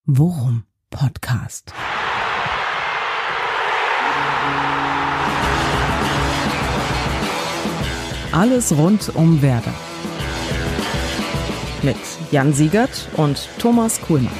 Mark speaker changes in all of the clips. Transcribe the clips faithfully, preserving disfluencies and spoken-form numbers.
Speaker 1: Worum Podcast. Alles rund um Werder. Mit Jan Siegert und Thomas Kuhlmann.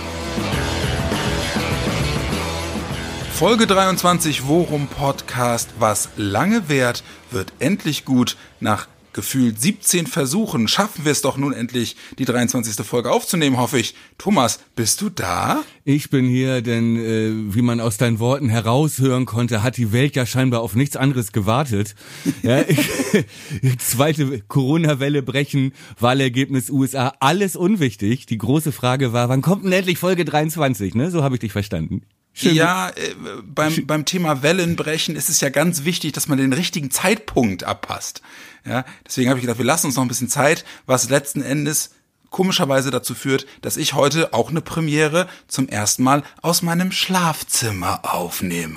Speaker 2: Folge dreiundzwanzig Worum Podcast. Was lange währt, wird endlich gut. Nach gefühlt siebzehn Versuchen schaffen wir es doch nun endlich, die dreiundzwanzigste Folge aufzunehmen, hoffe ich. Thomas, bist du da?
Speaker 3: Ich bin hier, denn äh, wie man aus deinen Worten heraushören konnte, hat die Welt ja scheinbar auf nichts anderes gewartet. Ja, ich, zweite Corona-Welle brechen, Wahlergebnis U S A, alles unwichtig. Die große Frage war, wann kommt denn endlich Folge dreiundzwanzig? Ne? So habe ich dich verstanden.
Speaker 2: Schön. Ja, äh, beim, beim Thema Wellenbrechen ist es ja ganz wichtig, dass man den richtigen Zeitpunkt abpasst. Ja, deswegen habe ich gedacht, wir lassen uns noch ein bisschen Zeit, was letzten Endes komischerweise dazu führt, dass ich heute auch eine Premiere zum ersten Mal aus meinem Schlafzimmer aufnehme.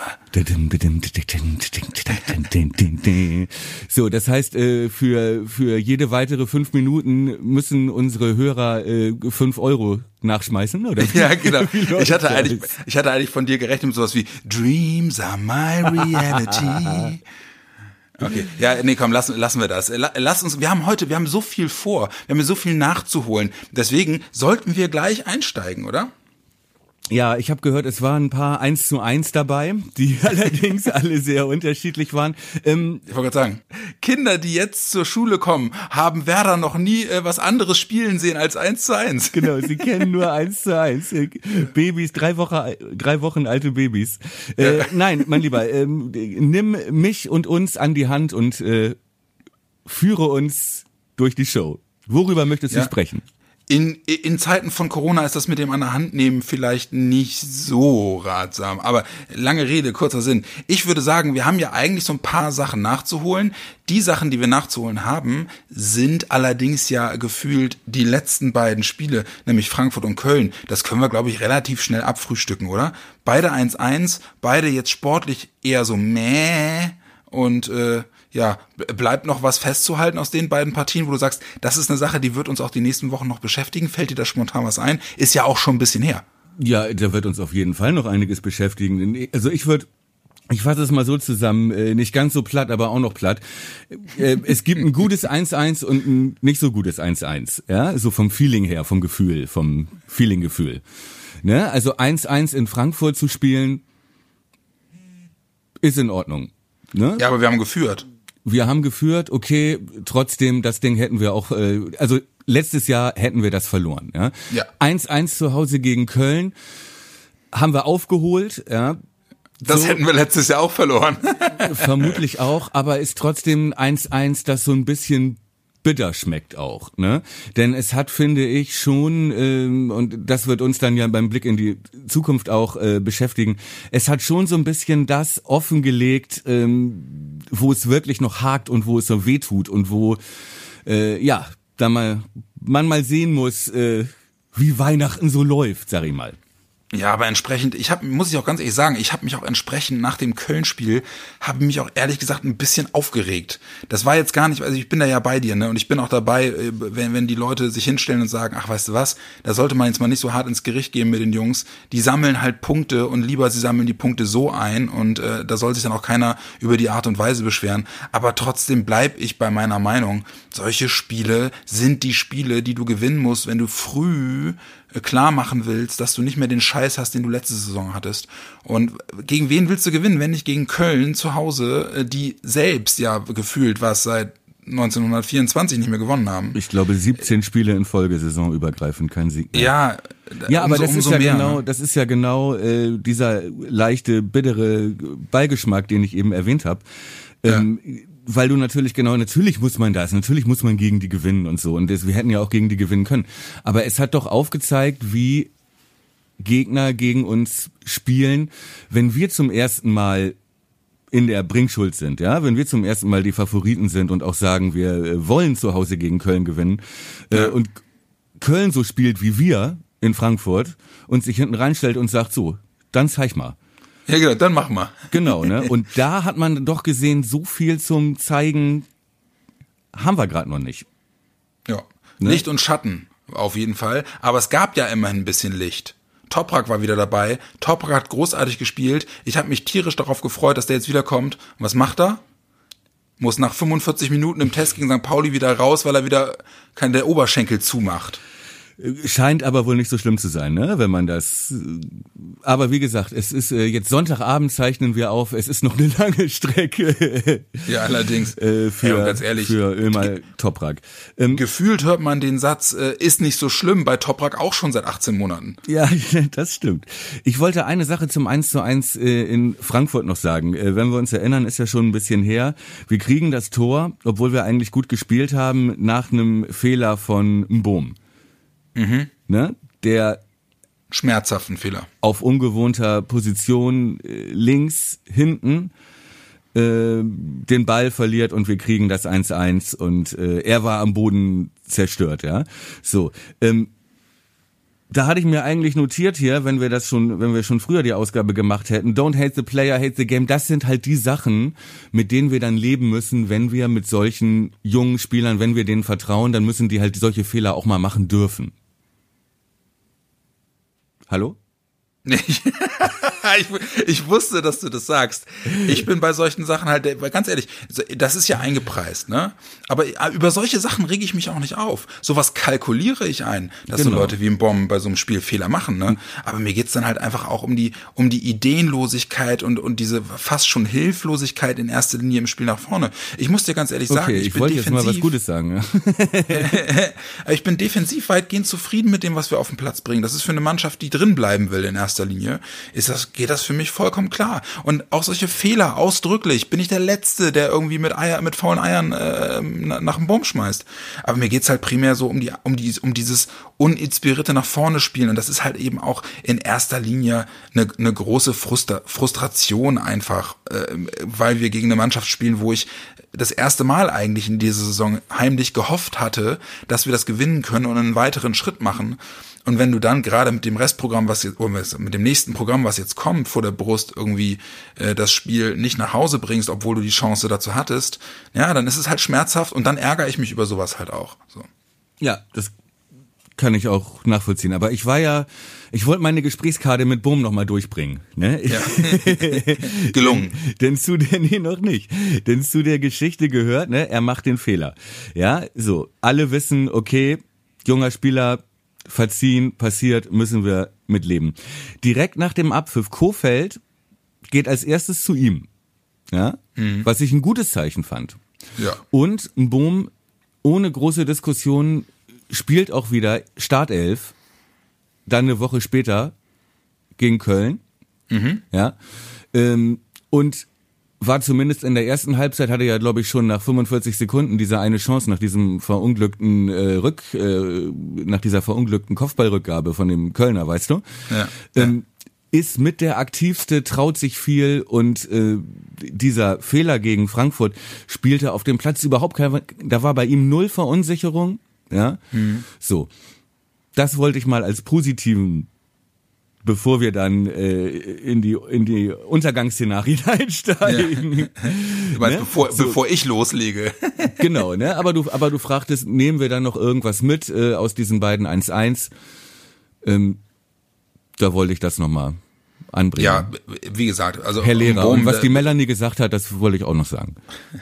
Speaker 3: So, das heißt, für für jede weitere fünf Minuten müssen unsere Hörer fünf Euro nachschmeißen, oder?
Speaker 2: Ja, genau. Ich hatte eigentlich, ich hatte eigentlich von dir gerechnet mit sowas wie Dreams are my reality. Okay, ja, nee, komm, lassen, lassen wir das. Lass uns, wir haben heute, wir haben so viel vor, wir haben so viel nachzuholen. Deswegen sollten wir gleich einsteigen, oder?
Speaker 3: Ja, ich habe gehört, es waren ein paar eins zu eins dabei, die allerdings alle sehr unterschiedlich waren. Ähm,
Speaker 2: ich wollte gerade sagen, Kinder, die jetzt zur Schule kommen, haben Werder noch nie äh, was anderes spielen sehen als eins zu eins.
Speaker 3: Genau, sie kennen nur eins zu eins. Babys, drei Wochen, drei Wochen alte Babys. Äh, ja. Nein, mein Lieber, ähm, nimm mich und uns an die Hand und äh, führe uns durch die Show. Worüber möchtest du
Speaker 2: ja.
Speaker 3: sprechen?
Speaker 2: In, in Zeiten von Corona ist das mit dem an der Hand nehmen vielleicht nicht so ratsam, aber lange Rede, kurzer Sinn. Ich würde sagen, wir haben ja eigentlich so ein paar Sachen nachzuholen. Die Sachen, die wir nachzuholen haben, sind allerdings ja gefühlt die letzten beiden Spiele, nämlich Frankfurt und Köln. Das können wir, glaube ich, relativ schnell abfrühstücken, oder? Beide eins eins, beide jetzt sportlich eher so meh und äh, ja, bleibt noch was festzuhalten aus den beiden Partien, wo du sagst, das ist eine Sache, die wird uns auch die nächsten Wochen noch beschäftigen. Fällt dir da spontan was ein? Ist ja auch schon ein bisschen her.
Speaker 3: Ja, da wird uns auf jeden Fall noch einiges beschäftigen. Also ich würde, ich fasse es mal so zusammen, nicht ganz so platt, aber auch noch platt. Es gibt ein gutes eins eins und ein nicht so gutes eins eins. Ja, so vom Feeling her, vom Gefühl, vom Feeling-Gefühl. Ne? Also eins eins in Frankfurt zu spielen, ist in Ordnung. Ne?
Speaker 2: Ja, aber wir haben geführt.
Speaker 3: Wir haben geführt, okay, trotzdem, das Ding hätten wir auch, äh, also letztes Jahr hätten wir das verloren. Ja?
Speaker 2: Ja.
Speaker 3: eins eins zu Hause gegen Köln haben wir aufgeholt. Ja?
Speaker 2: Das so, hätten wir letztes Jahr auch verloren.
Speaker 3: Vermutlich auch, aber ist trotzdem eins eins, das so ein bisschen bitter schmeckt auch, ne? Denn es hat, finde ich, schon, ähm, und das wird uns dann ja beim Blick in die Zukunft auch äh, beschäftigen, es hat schon so ein bisschen das offengelegt, ähm, wo es wirklich noch hakt und wo es so weh tut und wo, äh, ja, da mal man mal sehen muss, äh, wie Weihnachten so läuft, sag ich mal.
Speaker 2: Ja, aber entsprechend, ich habe, muss ich auch ganz ehrlich sagen, ich habe mich auch entsprechend nach dem Köln-Spiel, habe mich auch ehrlich gesagt ein bisschen aufgeregt. Das war jetzt gar nicht, also ich bin da ja bei dir, ne, und ich bin auch dabei, wenn, wenn die Leute sich hinstellen und sagen, ach, weißt du was, da sollte man jetzt mal nicht so hart ins Gericht gehen mit den Jungs, die sammeln halt Punkte und lieber sie sammeln die Punkte so ein und äh, da soll sich dann auch keiner über die Art und Weise beschweren, aber trotzdem bleib ich bei meiner Meinung, solche Spiele sind die Spiele, die du gewinnen musst, wenn du früh klar machen willst, dass du nicht mehr den Scheiß hast, den du letzte Saison hattest. Und gegen wen willst du gewinnen, wenn nicht gegen Köln zu Hause, die selbst ja gefühlt was seit neunzehnhundertvierundzwanzig nicht mehr gewonnen haben.
Speaker 3: Ich glaube siebzehn Spiele in Folge saisonübergreifend, kein Sieg mehr.
Speaker 2: Ja,
Speaker 3: ja, aber
Speaker 2: umso,
Speaker 3: das ist
Speaker 2: umso
Speaker 3: ja
Speaker 2: mehr,
Speaker 3: genau,
Speaker 2: ne?
Speaker 3: das ist ja genau äh, dieser leichte, bittere Beigeschmack, den ich eben erwähnt habe. Ähm, ja. Weil du natürlich genau, natürlich muss man das, natürlich muss man gegen die gewinnen und so. Und das, wir hätten ja auch gegen die gewinnen können. Aber es hat doch aufgezeigt, wie Gegner gegen uns spielen, wenn wir zum ersten Mal in der Bringschuld sind, ja, wenn wir zum ersten Mal die Favoriten sind und auch sagen, wir wollen zu Hause gegen Köln gewinnen, ja. äh, und Köln so spielt wie wir in Frankfurt und sich hinten reinstellt und sagt so, dann zeig mal.
Speaker 2: Ja, genau, dann mach mal.
Speaker 3: Genau, ne? Und da hat man doch gesehen, so viel zum Zeigen haben wir gerade noch nicht.
Speaker 2: Ja, ne? Licht und Schatten auf jeden Fall. Aber es gab ja immerhin ein bisschen Licht. Toprak war wieder dabei. Toprak hat großartig gespielt. Ich habe mich tierisch darauf gefreut, dass der jetzt wiederkommt. Und was macht er? Muss nach fünfundvierzig Minuten im Test gegen Sankt Pauli wieder raus, weil er wieder kein der Oberschenkel zumacht.
Speaker 3: Scheint aber wohl nicht so schlimm zu sein, ne? Wenn man das. Aber wie gesagt, es ist äh, jetzt Sonntagabend, zeichnen wir auf. Es ist noch eine lange Strecke.
Speaker 2: Ja, allerdings.
Speaker 3: äh, für
Speaker 2: ja, ganz ehrlich,
Speaker 3: für Ömer Toprak. Ähm,
Speaker 2: Gefühlt hört man den Satz, äh, ist nicht so schlimm, bei Toprak auch schon seit achtzehn Monaten.
Speaker 3: Ja, das stimmt. Ich wollte eine Sache zum eins zu eins äh, in Frankfurt noch sagen. Äh, wenn wir uns erinnern, ist ja schon ein bisschen her. Wir kriegen das Tor, obwohl wir eigentlich gut gespielt haben, nach einem Fehler von Mbom.
Speaker 2: Mhm.
Speaker 3: Ne? Der
Speaker 2: schmerzhaften Fehler.
Speaker 3: Auf ungewohnter Position äh, links hinten äh, den Ball verliert und wir kriegen das eins eins und äh, er war am Boden zerstört, ja. So, ähm, da hatte ich mir eigentlich notiert hier, wenn wir das schon, wenn wir schon früher die Ausgabe gemacht hätten, don't hate the player, hate the game. Das sind halt die Sachen, mit denen wir dann leben müssen, wenn wir mit solchen jungen Spielern, wenn wir denen vertrauen, dann müssen die halt solche Fehler auch mal machen dürfen. Hallo?
Speaker 2: ich, ich wusste, dass du das sagst. Ich bin bei solchen Sachen halt, ganz ehrlich, das ist ja eingepreist, ne? Aber über solche Sachen rege ich mich auch nicht auf. Sowas kalkuliere ich ein, dass genau. so Leute wie ein Bomben bei so einem Spiel Fehler machen, ne? Aber mir geht's dann halt einfach auch um die, um die Ideenlosigkeit und, und diese fast schon Hilflosigkeit in erster Linie im Spiel nach vorne. Ich muss dir ganz ehrlich sagen,
Speaker 3: okay,
Speaker 2: ich,
Speaker 3: ich
Speaker 2: bin
Speaker 3: wollte
Speaker 2: defensiv.
Speaker 3: jetzt mal was Gutes sagen. Ja.
Speaker 2: Ich bin defensiv weitgehend zufrieden mit dem, was wir auf den Platz bringen. Das ist für eine Mannschaft, die drin bleiben will in erster Linie, ist das, geht das für mich vollkommen klar. Und auch solche Fehler ausdrücklich, bin ich der Letzte, der irgendwie mit Eier, mit faulen Eiern äh, nach dem Baum schmeißt. Aber mir geht's halt primär so um die, um die, um dieses uninspirierte nach vorne spielen. Und das ist halt eben auch in erster Linie eine, eine große Frustra- Frustration einfach, äh, weil wir gegen eine Mannschaft spielen, wo ich das erste Mal eigentlich in dieser Saison heimlich gehofft hatte, dass wir das gewinnen können und einen weiteren Schritt machen. Und wenn du dann gerade mit dem Restprogramm, was jetzt, oder mit dem nächsten Programm, was jetzt kommt, vor der Brust irgendwie äh, das Spiel nicht nach Hause bringst, obwohl du die Chance dazu hattest, ja, dann ist es halt schmerzhaft und dann ärgere ich mich über sowas halt auch. So.
Speaker 3: Ja, das kann ich auch nachvollziehen. Aber ich war ja, ich wollte meine Gesprächskarte mit Bohm nochmal durchbringen. Ne?
Speaker 2: Ja. Gelungen.
Speaker 3: Denn, denn zu der, nee, noch nicht. Denn zu der Geschichte gehört, ne, er macht den Fehler. Ja, so, alle wissen, okay, junger Spieler, verziehen, passiert, müssen wir mitleben. Direkt nach dem Abpfiff, Kohfeldt geht als erstes zu ihm. Ja, mhm. Was ich ein gutes Zeichen fand.
Speaker 2: Ja.
Speaker 3: Und Bohm ohne große Diskussion spielt auch wieder Startelf, dann eine Woche später gegen Köln.
Speaker 2: Mhm.
Speaker 3: Ja, ähm, und war zumindest in der ersten Halbzeit, hatte ja, glaube ich, schon nach fünfundvierzig Sekunden diese eine Chance nach diesem verunglückten äh, Rück, äh, nach dieser verunglückten Kopfballrückgabe von dem Kölner, weißt du?
Speaker 2: Ja.
Speaker 3: Ähm, ist mit der aktivste, traut sich viel und äh, dieser Fehler gegen Frankfurt spielte auf dem Platz überhaupt keine, da war bei ihm null Verunsicherung, ja? Mhm. So. Das wollte ich mal als positiven, bevor wir dann äh, in die in die Untergangsszenarien einsteigen.
Speaker 2: Ja. Du meinst,
Speaker 3: ne?
Speaker 2: bevor, so. bevor ich loslege.
Speaker 3: Genau, ne? Aber du aber du fragtest, nehmen wir dann noch irgendwas mit äh, aus diesen beiden eins eins? Ähm, da wollte ich das nochmal anbringen.
Speaker 2: Ja, wie gesagt, also
Speaker 3: Herr Lehrer,
Speaker 2: Bohm,
Speaker 3: und was die Melanie gesagt hat, das wollte ich auch noch sagen.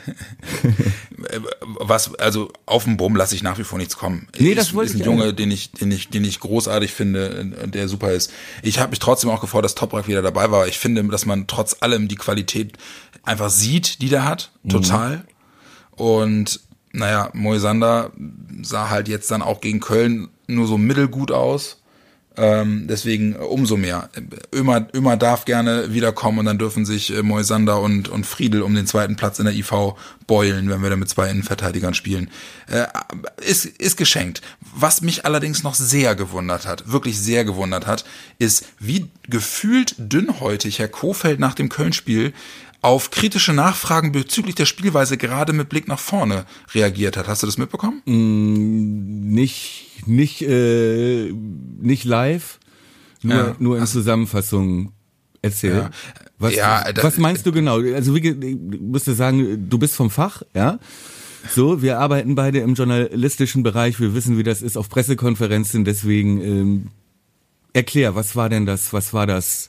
Speaker 2: Was, also auf den Bohm lasse ich nach wie vor nichts kommen.
Speaker 3: Nee, das
Speaker 2: ist,
Speaker 3: wollte
Speaker 2: ist ein
Speaker 3: ich
Speaker 2: Junge, den ich, den ich, den ich großartig finde, der super ist. Ich habe mich trotzdem auch gefreut, dass Toprak wieder dabei war. Ich finde, dass man trotz allem die Qualität einfach sieht, die der hat, total. Mhm. Und naja, Moisander sah halt jetzt dann auch gegen Köln nur so mittelgut aus. Ähm, deswegen umso mehr. Ömer, Ömer darf gerne wiederkommen und dann dürfen sich äh, Moisander und, und Friedel um den zweiten Platz in der I V beulen, wenn wir da mit zwei Innenverteidigern spielen. Äh, ist, ist geschenkt. Was mich allerdings noch sehr gewundert hat, wirklich sehr gewundert hat, ist, wie gefühlt dünnhäutig Herr Kohfeldt nach dem Köln-Spiel auf kritische Nachfragen bezüglich der Spielweise gerade mit Blick nach vorne reagiert hat. Hast du das mitbekommen?
Speaker 3: Mm, nicht, nicht, äh, nicht live, nur, ja. nur in Zusammenfassung erzählen.
Speaker 2: Ja.
Speaker 3: Was,
Speaker 2: ja,
Speaker 3: was, was meinst du genau? Also wie, ich müsste sagen, du bist vom Fach, ja? So, wir arbeiten beide im journalistischen Bereich, wir wissen, wie das ist auf Pressekonferenzen, deswegen ähm, erklär, was war denn das, was war das?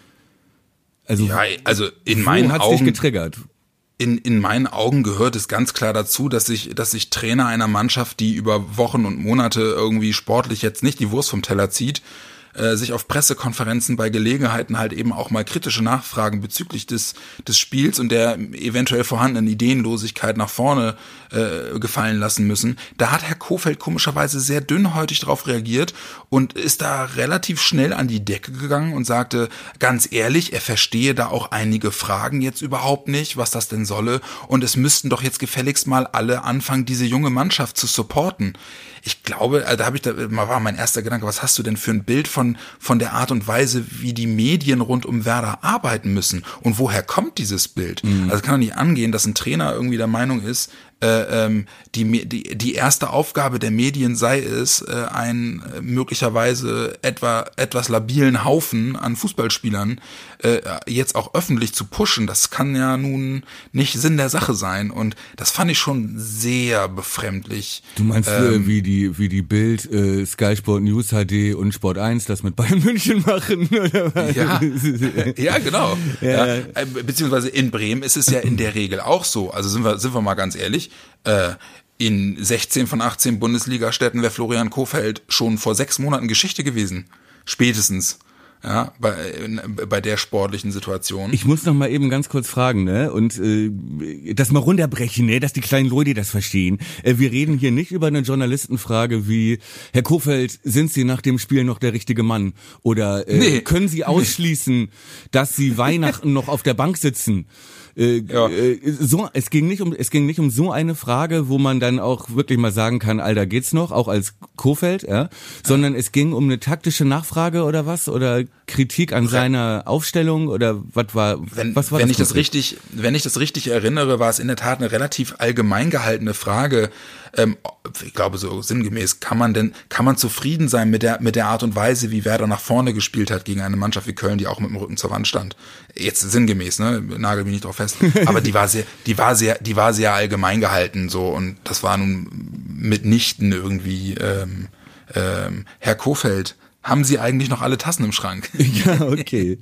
Speaker 3: Also,
Speaker 2: ja, also in
Speaker 3: wo
Speaker 2: meinen
Speaker 3: hat's
Speaker 2: Augen
Speaker 3: dich getriggert?
Speaker 2: In, in meinen Augen gehört es ganz klar dazu, dass sich, dass sich Trainer einer Mannschaft, die über Wochen und Monate irgendwie sportlich jetzt nicht die Wurst vom Teller zieht, äh, sich auf Pressekonferenzen bei Gelegenheiten halt eben auch mal kritische Nachfragen bezüglich des, des Spiels und der eventuell vorhandenen Ideenlosigkeit nach vorne äh, gefallen lassen müssen. Da hat Herr Kohfeldt komischerweise sehr dünnhäutig drauf reagiert und ist da relativ schnell an die Decke gegangen und sagte, ganz ehrlich, er verstehe da auch einige Fragen jetzt überhaupt nicht, was das denn solle, und es müssten doch jetzt gefälligst mal alle anfangen, diese junge Mannschaft zu supporten. Ich glaube, da habe ich da war mein erster Gedanke, was hast du denn für ein Bild von von der Art und Weise, wie die Medien rund um Werder arbeiten müssen, und woher kommt dieses Bild? Mhm. Also es kann doch nicht angehen, dass ein Trainer irgendwie der Meinung ist, äh, ähm, die die die erste Aufgabe der Medien sei es, äh, einen äh, möglicherweise etwa etwas labilen Haufen an Fußballspielern äh, jetzt auch öffentlich zu pushen. Das kann ja nun nicht Sinn der Sache sein, und das fand ich schon sehr befremdlich.
Speaker 3: Du meinst ähm, wie die wie die Bild, äh, Sky Sport News H D und Sport eins das mit Bayern München machen, oder was?
Speaker 2: Ja, ja, genau.
Speaker 3: Ja.
Speaker 2: Ja, beziehungsweise in Bremen ist es ja in der Regel auch so. Also sind wir sind wir mal ganz ehrlich. Äh, in sechzehn von achtzehn Bundesliga-Städten wäre Florian Kohfeldt schon vor sechs Monaten Geschichte gewesen. Spätestens. Ja, bei, bei der sportlichen Situation.
Speaker 3: Ich muss noch mal eben ganz kurz fragen, ne, und äh, das mal runterbrechen, ne, dass die kleinen Leute das verstehen. Äh, wir reden hier nicht über eine Journalistenfrage wie, Herr Kohfeldt, sind Sie nach dem Spiel noch der richtige Mann? Oder äh, nee. können Sie ausschließen, dass Sie Weihnachten noch auf der Bank sitzen? Äh, ja. äh, so, es ging nicht um, es ging nicht um so eine Frage, wo man dann auch wirklich mal sagen kann, Alter, geht's noch, auch als Kohfeldt, ja, sondern ja. es ging um eine taktische Nachfrage oder was, oder Kritik an seiner Aufstellung, oder was war,
Speaker 2: wenn,
Speaker 3: was war
Speaker 2: wenn
Speaker 3: das?
Speaker 2: ich das richtig, wenn ich das richtig erinnere, war es in der Tat eine relativ allgemein gehaltene Frage. Ähm, ich glaube, so sinngemäß, kann man denn, kann man zufrieden sein mit der, mit der Art und Weise, wie Werder nach vorne gespielt hat gegen eine Mannschaft wie Köln, die auch mit dem Rücken zur Wand stand? Jetzt sinngemäß, ne, nagel mich nicht drauf fest. Aber die war sehr, die war sehr, die war sehr allgemein gehalten, so, und das war nun mitnichten irgendwie, ähm, ähm, Herr Kohfeldt, haben Sie eigentlich noch alle Tassen im Schrank?
Speaker 3: Ja, okay.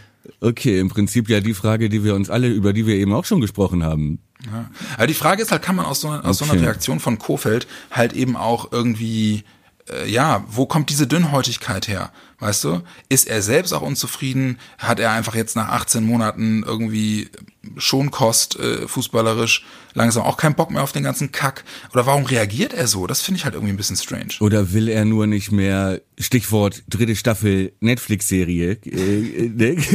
Speaker 3: Okay, im Prinzip ja die Frage, die wir uns alle, über die wir eben auch schon gesprochen haben.
Speaker 2: Ja. Aber die Frage ist halt, kann man aus so, aus okay. so einer Reaktion von Kohfeldt halt eben auch irgendwie, äh, ja, wo kommt diese Dünnhäutigkeit her? Weißt du? Ist er selbst auch unzufrieden? Hat er einfach jetzt nach achtzehn Monaten irgendwie Schonkost, äh, fußballerisch, langsam auch keinen Bock mehr auf den ganzen Kack? Oder warum reagiert er so? Das finde ich halt irgendwie ein bisschen strange.
Speaker 3: Oder will er nur nicht mehr, Stichwort dritte Staffel Netflix-Serie, äh,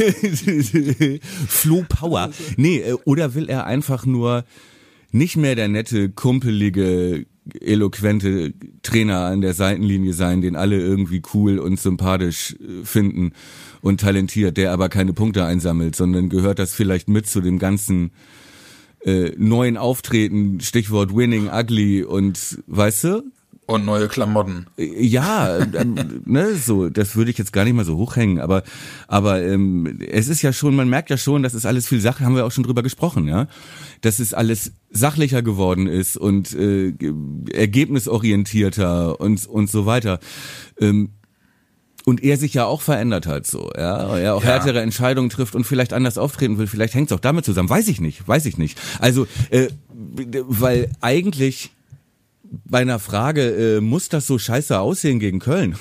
Speaker 3: ne? Flo Power. Nee, äh, oder will er einfach nur nicht mehr der nette, kumpelige, eloquente Trainer an der Seitenlinie sein, den alle irgendwie cool und sympathisch finden und talentiert, der aber keine Punkte einsammelt, sondern gehört das vielleicht mit zu dem ganzen äh, neuen Auftreten, Stichwort Winning, Ugly und, weißt du?
Speaker 2: Und neue Klamotten.
Speaker 3: Ja, ähm, ne, so, das würde ich jetzt gar nicht mal so hochhängen, aber aber ähm, es ist ja schon, man merkt ja schon, das ist alles viel Sache, haben wir auch schon drüber gesprochen, ja, dass es alles sachlicher geworden ist und äh, ergebnisorientierter und und so weiter. Ähm, und er sich ja auch verändert hat, so, ja, er auch ja. härtere Entscheidungen trifft und vielleicht anders auftreten will, vielleicht hängt es auch damit zusammen, weiß ich nicht, weiß ich nicht. Also, äh, weil eigentlich bei einer Frage, äh, muss das so scheiße aussehen gegen Köln?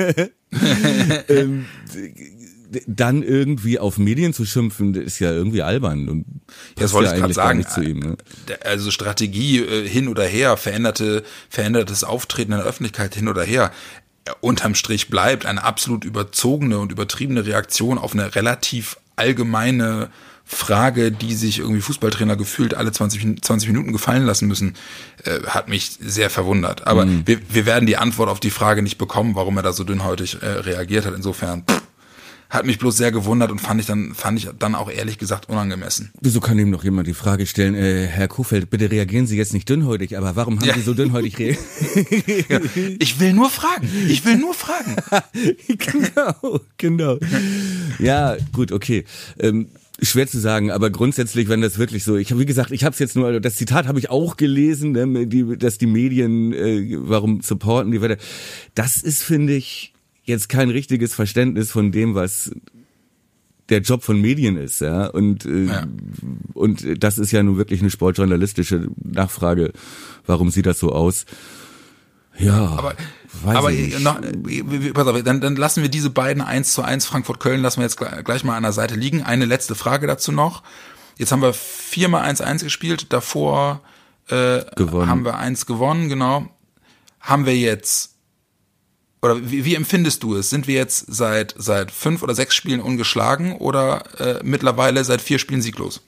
Speaker 3: ähm, dann irgendwie auf Medien zu schimpfen, ist ja irgendwie albern. Und
Speaker 2: ja, das wollte
Speaker 3: ja
Speaker 2: ich gerade sagen.
Speaker 3: Zu ihm, ne?
Speaker 2: Also Strategie äh, hin oder her, veränderte, verändertes Auftreten in der Öffentlichkeit hin oder her. Unterm Strich bleibt eine absolut überzogene und übertriebene Reaktion auf eine relativ allgemeine Frage, die sich irgendwie Fußballtrainer gefühlt alle zwanzig Minuten gefallen lassen müssen, äh, hat mich sehr verwundert. Aber mhm. wir, wir werden die Antwort auf die Frage nicht bekommen, warum er da so dünnhäutig äh, reagiert hat. Insofern pff, hat mich bloß sehr gewundert und fand ich dann fand ich dann auch ehrlich gesagt unangemessen.
Speaker 3: Wieso kann ihm noch jemand die Frage stellen, äh, Herr Kohfeldt, bitte reagieren Sie jetzt nicht dünnhäutig, aber warum haben ja. Sie so dünnhäutig reagiert?
Speaker 2: Ja. Ich will nur fragen, ich will nur fragen.
Speaker 3: Genau, genau. Ja, gut, okay. Ähm, Schwer zu sagen, aber grundsätzlich, wenn das wirklich so, ich habe wie gesagt, ich habe es jetzt nur, das Zitat habe ich auch gelesen, ne, die, dass die Medien, äh, warum supporten die Wette. Das ist, finde ich, jetzt kein richtiges Verständnis von dem, was der Job von Medien ist, ja, und äh, ja. und das ist ja nun wirklich eine sportjournalistische Nachfrage. Warum sieht das so aus? Ja,
Speaker 2: aber aber noch, pass auf, dann, dann lassen wir diese beiden eins zu eins Frankfurt-Köln lassen wir jetzt gleich mal an der Seite liegen. Eine letzte Frage dazu noch. Jetzt haben wir viermal eins eins gespielt, davor äh, haben wir eins gewonnen, genau. Haben wir jetzt Oder wie, wie empfindest du es? Sind wir jetzt seit seit fünf oder sechs Spielen ungeschlagen oder äh, mittlerweile seit vier Spielen sieglos?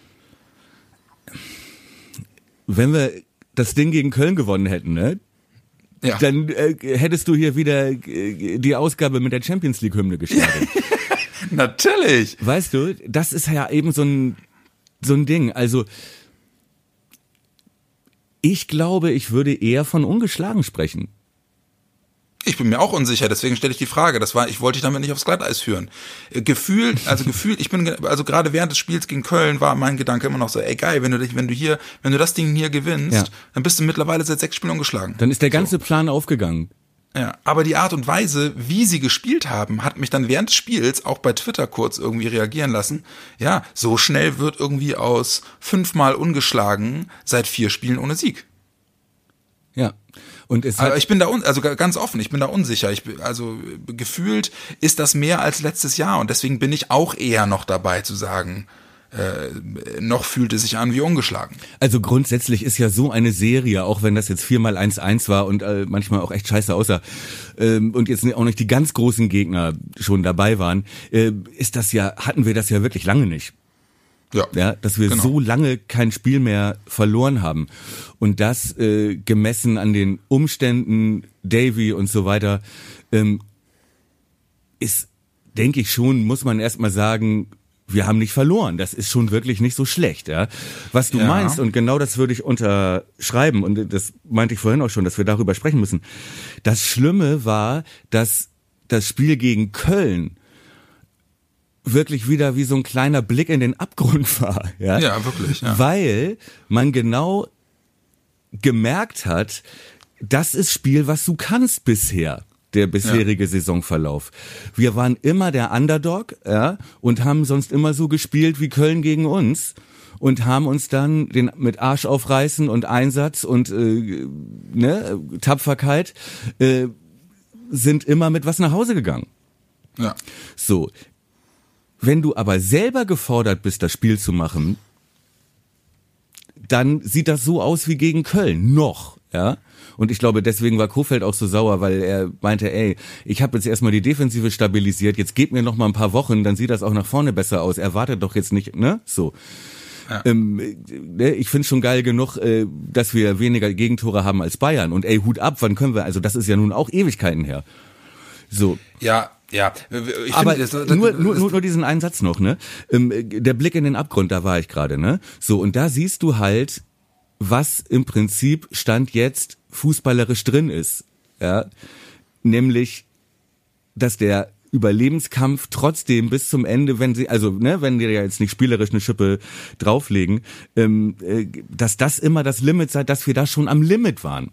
Speaker 3: Wenn wir das Ding gegen Köln gewonnen hätten, ne? Ja. Dann äh, hättest du hier wieder äh, die Ausgabe mit der Champions League Hymne gestartet.
Speaker 2: Natürlich.
Speaker 3: Weißt du, das ist ja eben so ein so ein Ding. Also ich glaube, ich würde eher von ungeschlagen sprechen.
Speaker 2: Ich bin mir auch unsicher, deswegen stelle ich die Frage. Das war, ich wollte dich damit nicht aufs Glatteis führen. Gefühlt, also gefühlt, ich bin, also gerade während des Spiels gegen Köln war mein Gedanke immer noch so, ey geil, wenn du dich, wenn du hier, wenn du das Ding hier gewinnst, ja. dann bist du mittlerweile seit sechs Spielen ungeschlagen.
Speaker 3: Dann ist der ganze
Speaker 2: so.
Speaker 3: Plan aufgegangen.
Speaker 2: Ja, aber die Art und Weise, wie sie gespielt haben, hat mich dann während des Spiels auch bei Twitter kurz irgendwie reagieren lassen. Ja, so schnell wird irgendwie aus fünfmal ungeschlagen seit vier Spielen ohne Sieg.
Speaker 3: Ja. Und es
Speaker 2: aber ich bin da un, also ganz offen, ich bin da unsicher. Ich bin, also gefühlt ist das mehr als letztes Jahr und deswegen bin ich auch eher noch dabei zu sagen, äh, noch fühlt es sich an wie ungeschlagen.
Speaker 3: Also grundsätzlich ist ja so eine Serie, auch wenn das jetzt viermal eins eins war und äh, manchmal auch echt scheiße aussah ähm, und jetzt auch nicht die ganz großen Gegner schon dabei waren, äh, ist das ja, hatten wir das ja wirklich lange nicht. Ja, ja, dass wir genau. so lange kein Spiel mehr verloren haben. Und das äh, gemessen an den Umständen, Davy und so weiter, ähm, ist, denke ich schon, muss man erstmal sagen, wir haben nicht verloren. Das ist schon wirklich nicht so schlecht. Ja, was du ja. meinst, und genau das würde ich unterschreiben, und das meinte ich vorhin auch schon, dass wir darüber sprechen müssen. Das Schlimme war, dass das Spiel gegen Köln wirklich wieder wie so ein kleiner Blick in den Abgrund war. Ja,
Speaker 2: ja wirklich. Ja.
Speaker 3: Weil man genau gemerkt hat, das ist Spiel, was du kannst bisher, der bisherige ja. Saisonverlauf. Wir waren immer der Underdog, ja, und haben sonst immer so gespielt wie Köln gegen uns und haben uns dann den mit Arsch aufreißen und Einsatz und äh, ne, Tapferkeit äh, sind immer mit was nach Hause gegangen.
Speaker 2: Ja.
Speaker 3: So. Wenn du aber selber gefordert bist, das Spiel zu machen, dann sieht das so aus wie gegen Köln. Noch, ja. Und ich glaube, deswegen war Kohfeldt auch so sauer, weil er meinte, ey, ich habe jetzt erstmal die Defensive stabilisiert, jetzt gebt mir noch mal ein paar Wochen, dann sieht das auch nach vorne besser aus. Erwartet doch jetzt nicht, ne? So. Ja. Ähm, ich finde schon geil genug, äh, dass wir weniger Gegentore haben als Bayern. Und ey, Hut ab, wann können wir, also das ist ja nun auch Ewigkeiten her. So.
Speaker 2: Ja. Ja, ich
Speaker 3: aber
Speaker 2: finde, das, das,
Speaker 3: nur, nur, nur, nur diesen einen Satz noch, ne? Ähm, der Blick in den Abgrund, da war ich gerade, ne? So, und da siehst du halt, was im Prinzip Stand jetzt fußballerisch drin ist, ja? Nämlich, dass der Überlebenskampf trotzdem bis zum Ende, wenn sie, also, ne, wenn die ja jetzt nicht spielerisch eine Schippe drauflegen, ähm, äh, dass das immer das Limit sei, dass wir da schon am Limit waren.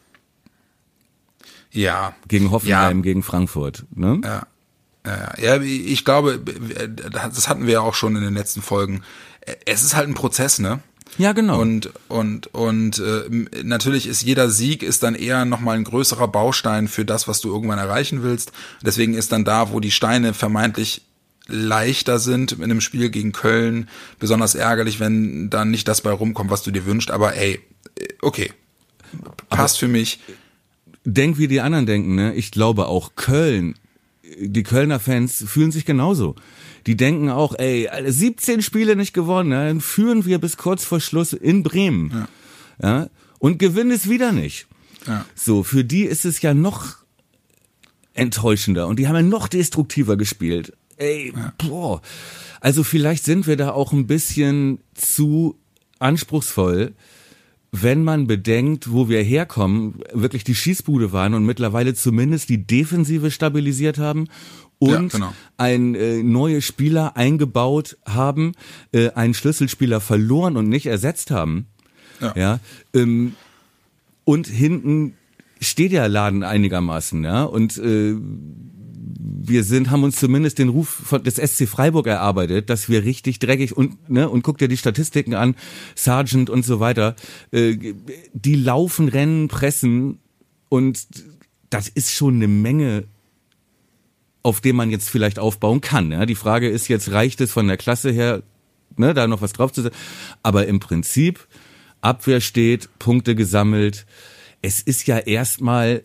Speaker 2: Ja.
Speaker 3: Gegen Hoffenheim,
Speaker 2: ja.
Speaker 3: gegen Frankfurt, ne?
Speaker 2: Ja. Ja, ja, ich glaube, das hatten wir ja auch schon in den letzten Folgen. Es ist halt ein Prozess, ne?
Speaker 3: Ja, genau.
Speaker 2: Und und und äh, natürlich ist jeder Sieg ist dann eher nochmal ein größerer Baustein für das, was du irgendwann erreichen willst. Deswegen ist dann da, wo die Steine vermeintlich leichter sind in einem Spiel gegen Köln, besonders ärgerlich, wenn dann nicht das bei rumkommt, was du dir wünschst. Aber ey, okay, passt Aber für mich.
Speaker 3: Denk, wie die anderen denken, ne? Ich glaube auch Köln, die Kölner Fans fühlen sich genauso. Die denken auch, ey, siebzehn Spiele nicht gewonnen, ne? Dann führen wir bis kurz vor Schluss in Bremen. Ja. Ja? Und gewinnen es wieder nicht. Ja. So, für die ist es ja noch enttäuschender und die haben ja noch destruktiver gespielt. Ey, ja. boah. Also vielleicht sind wir da auch ein bisschen zu anspruchsvoll, wenn man bedenkt, wo wir herkommen, wirklich die Schießbude waren und mittlerweile zumindest die Defensive stabilisiert haben und ja, genau. ein äh, neue Spieler eingebaut haben, äh, einen Schlüsselspieler verloren und nicht ersetzt haben. Ja. Ja ähm, und hinten steht der Laden einigermaßen, ja, und äh, wir sind, haben uns zumindest den Ruf von, des S C Freiburg erarbeitet, dass wir richtig dreckig und, ne, und guck dir die Statistiken an, Sargent und so weiter, äh, die laufen, rennen, pressen und das ist schon eine Menge, auf dem man jetzt vielleicht aufbauen kann. Ja? Die Frage ist jetzt, reicht es von der Klasse her, ne, da noch was draufzusetzen? Aber im Prinzip, Abwehr steht, Punkte gesammelt. Es ist ja erstmal,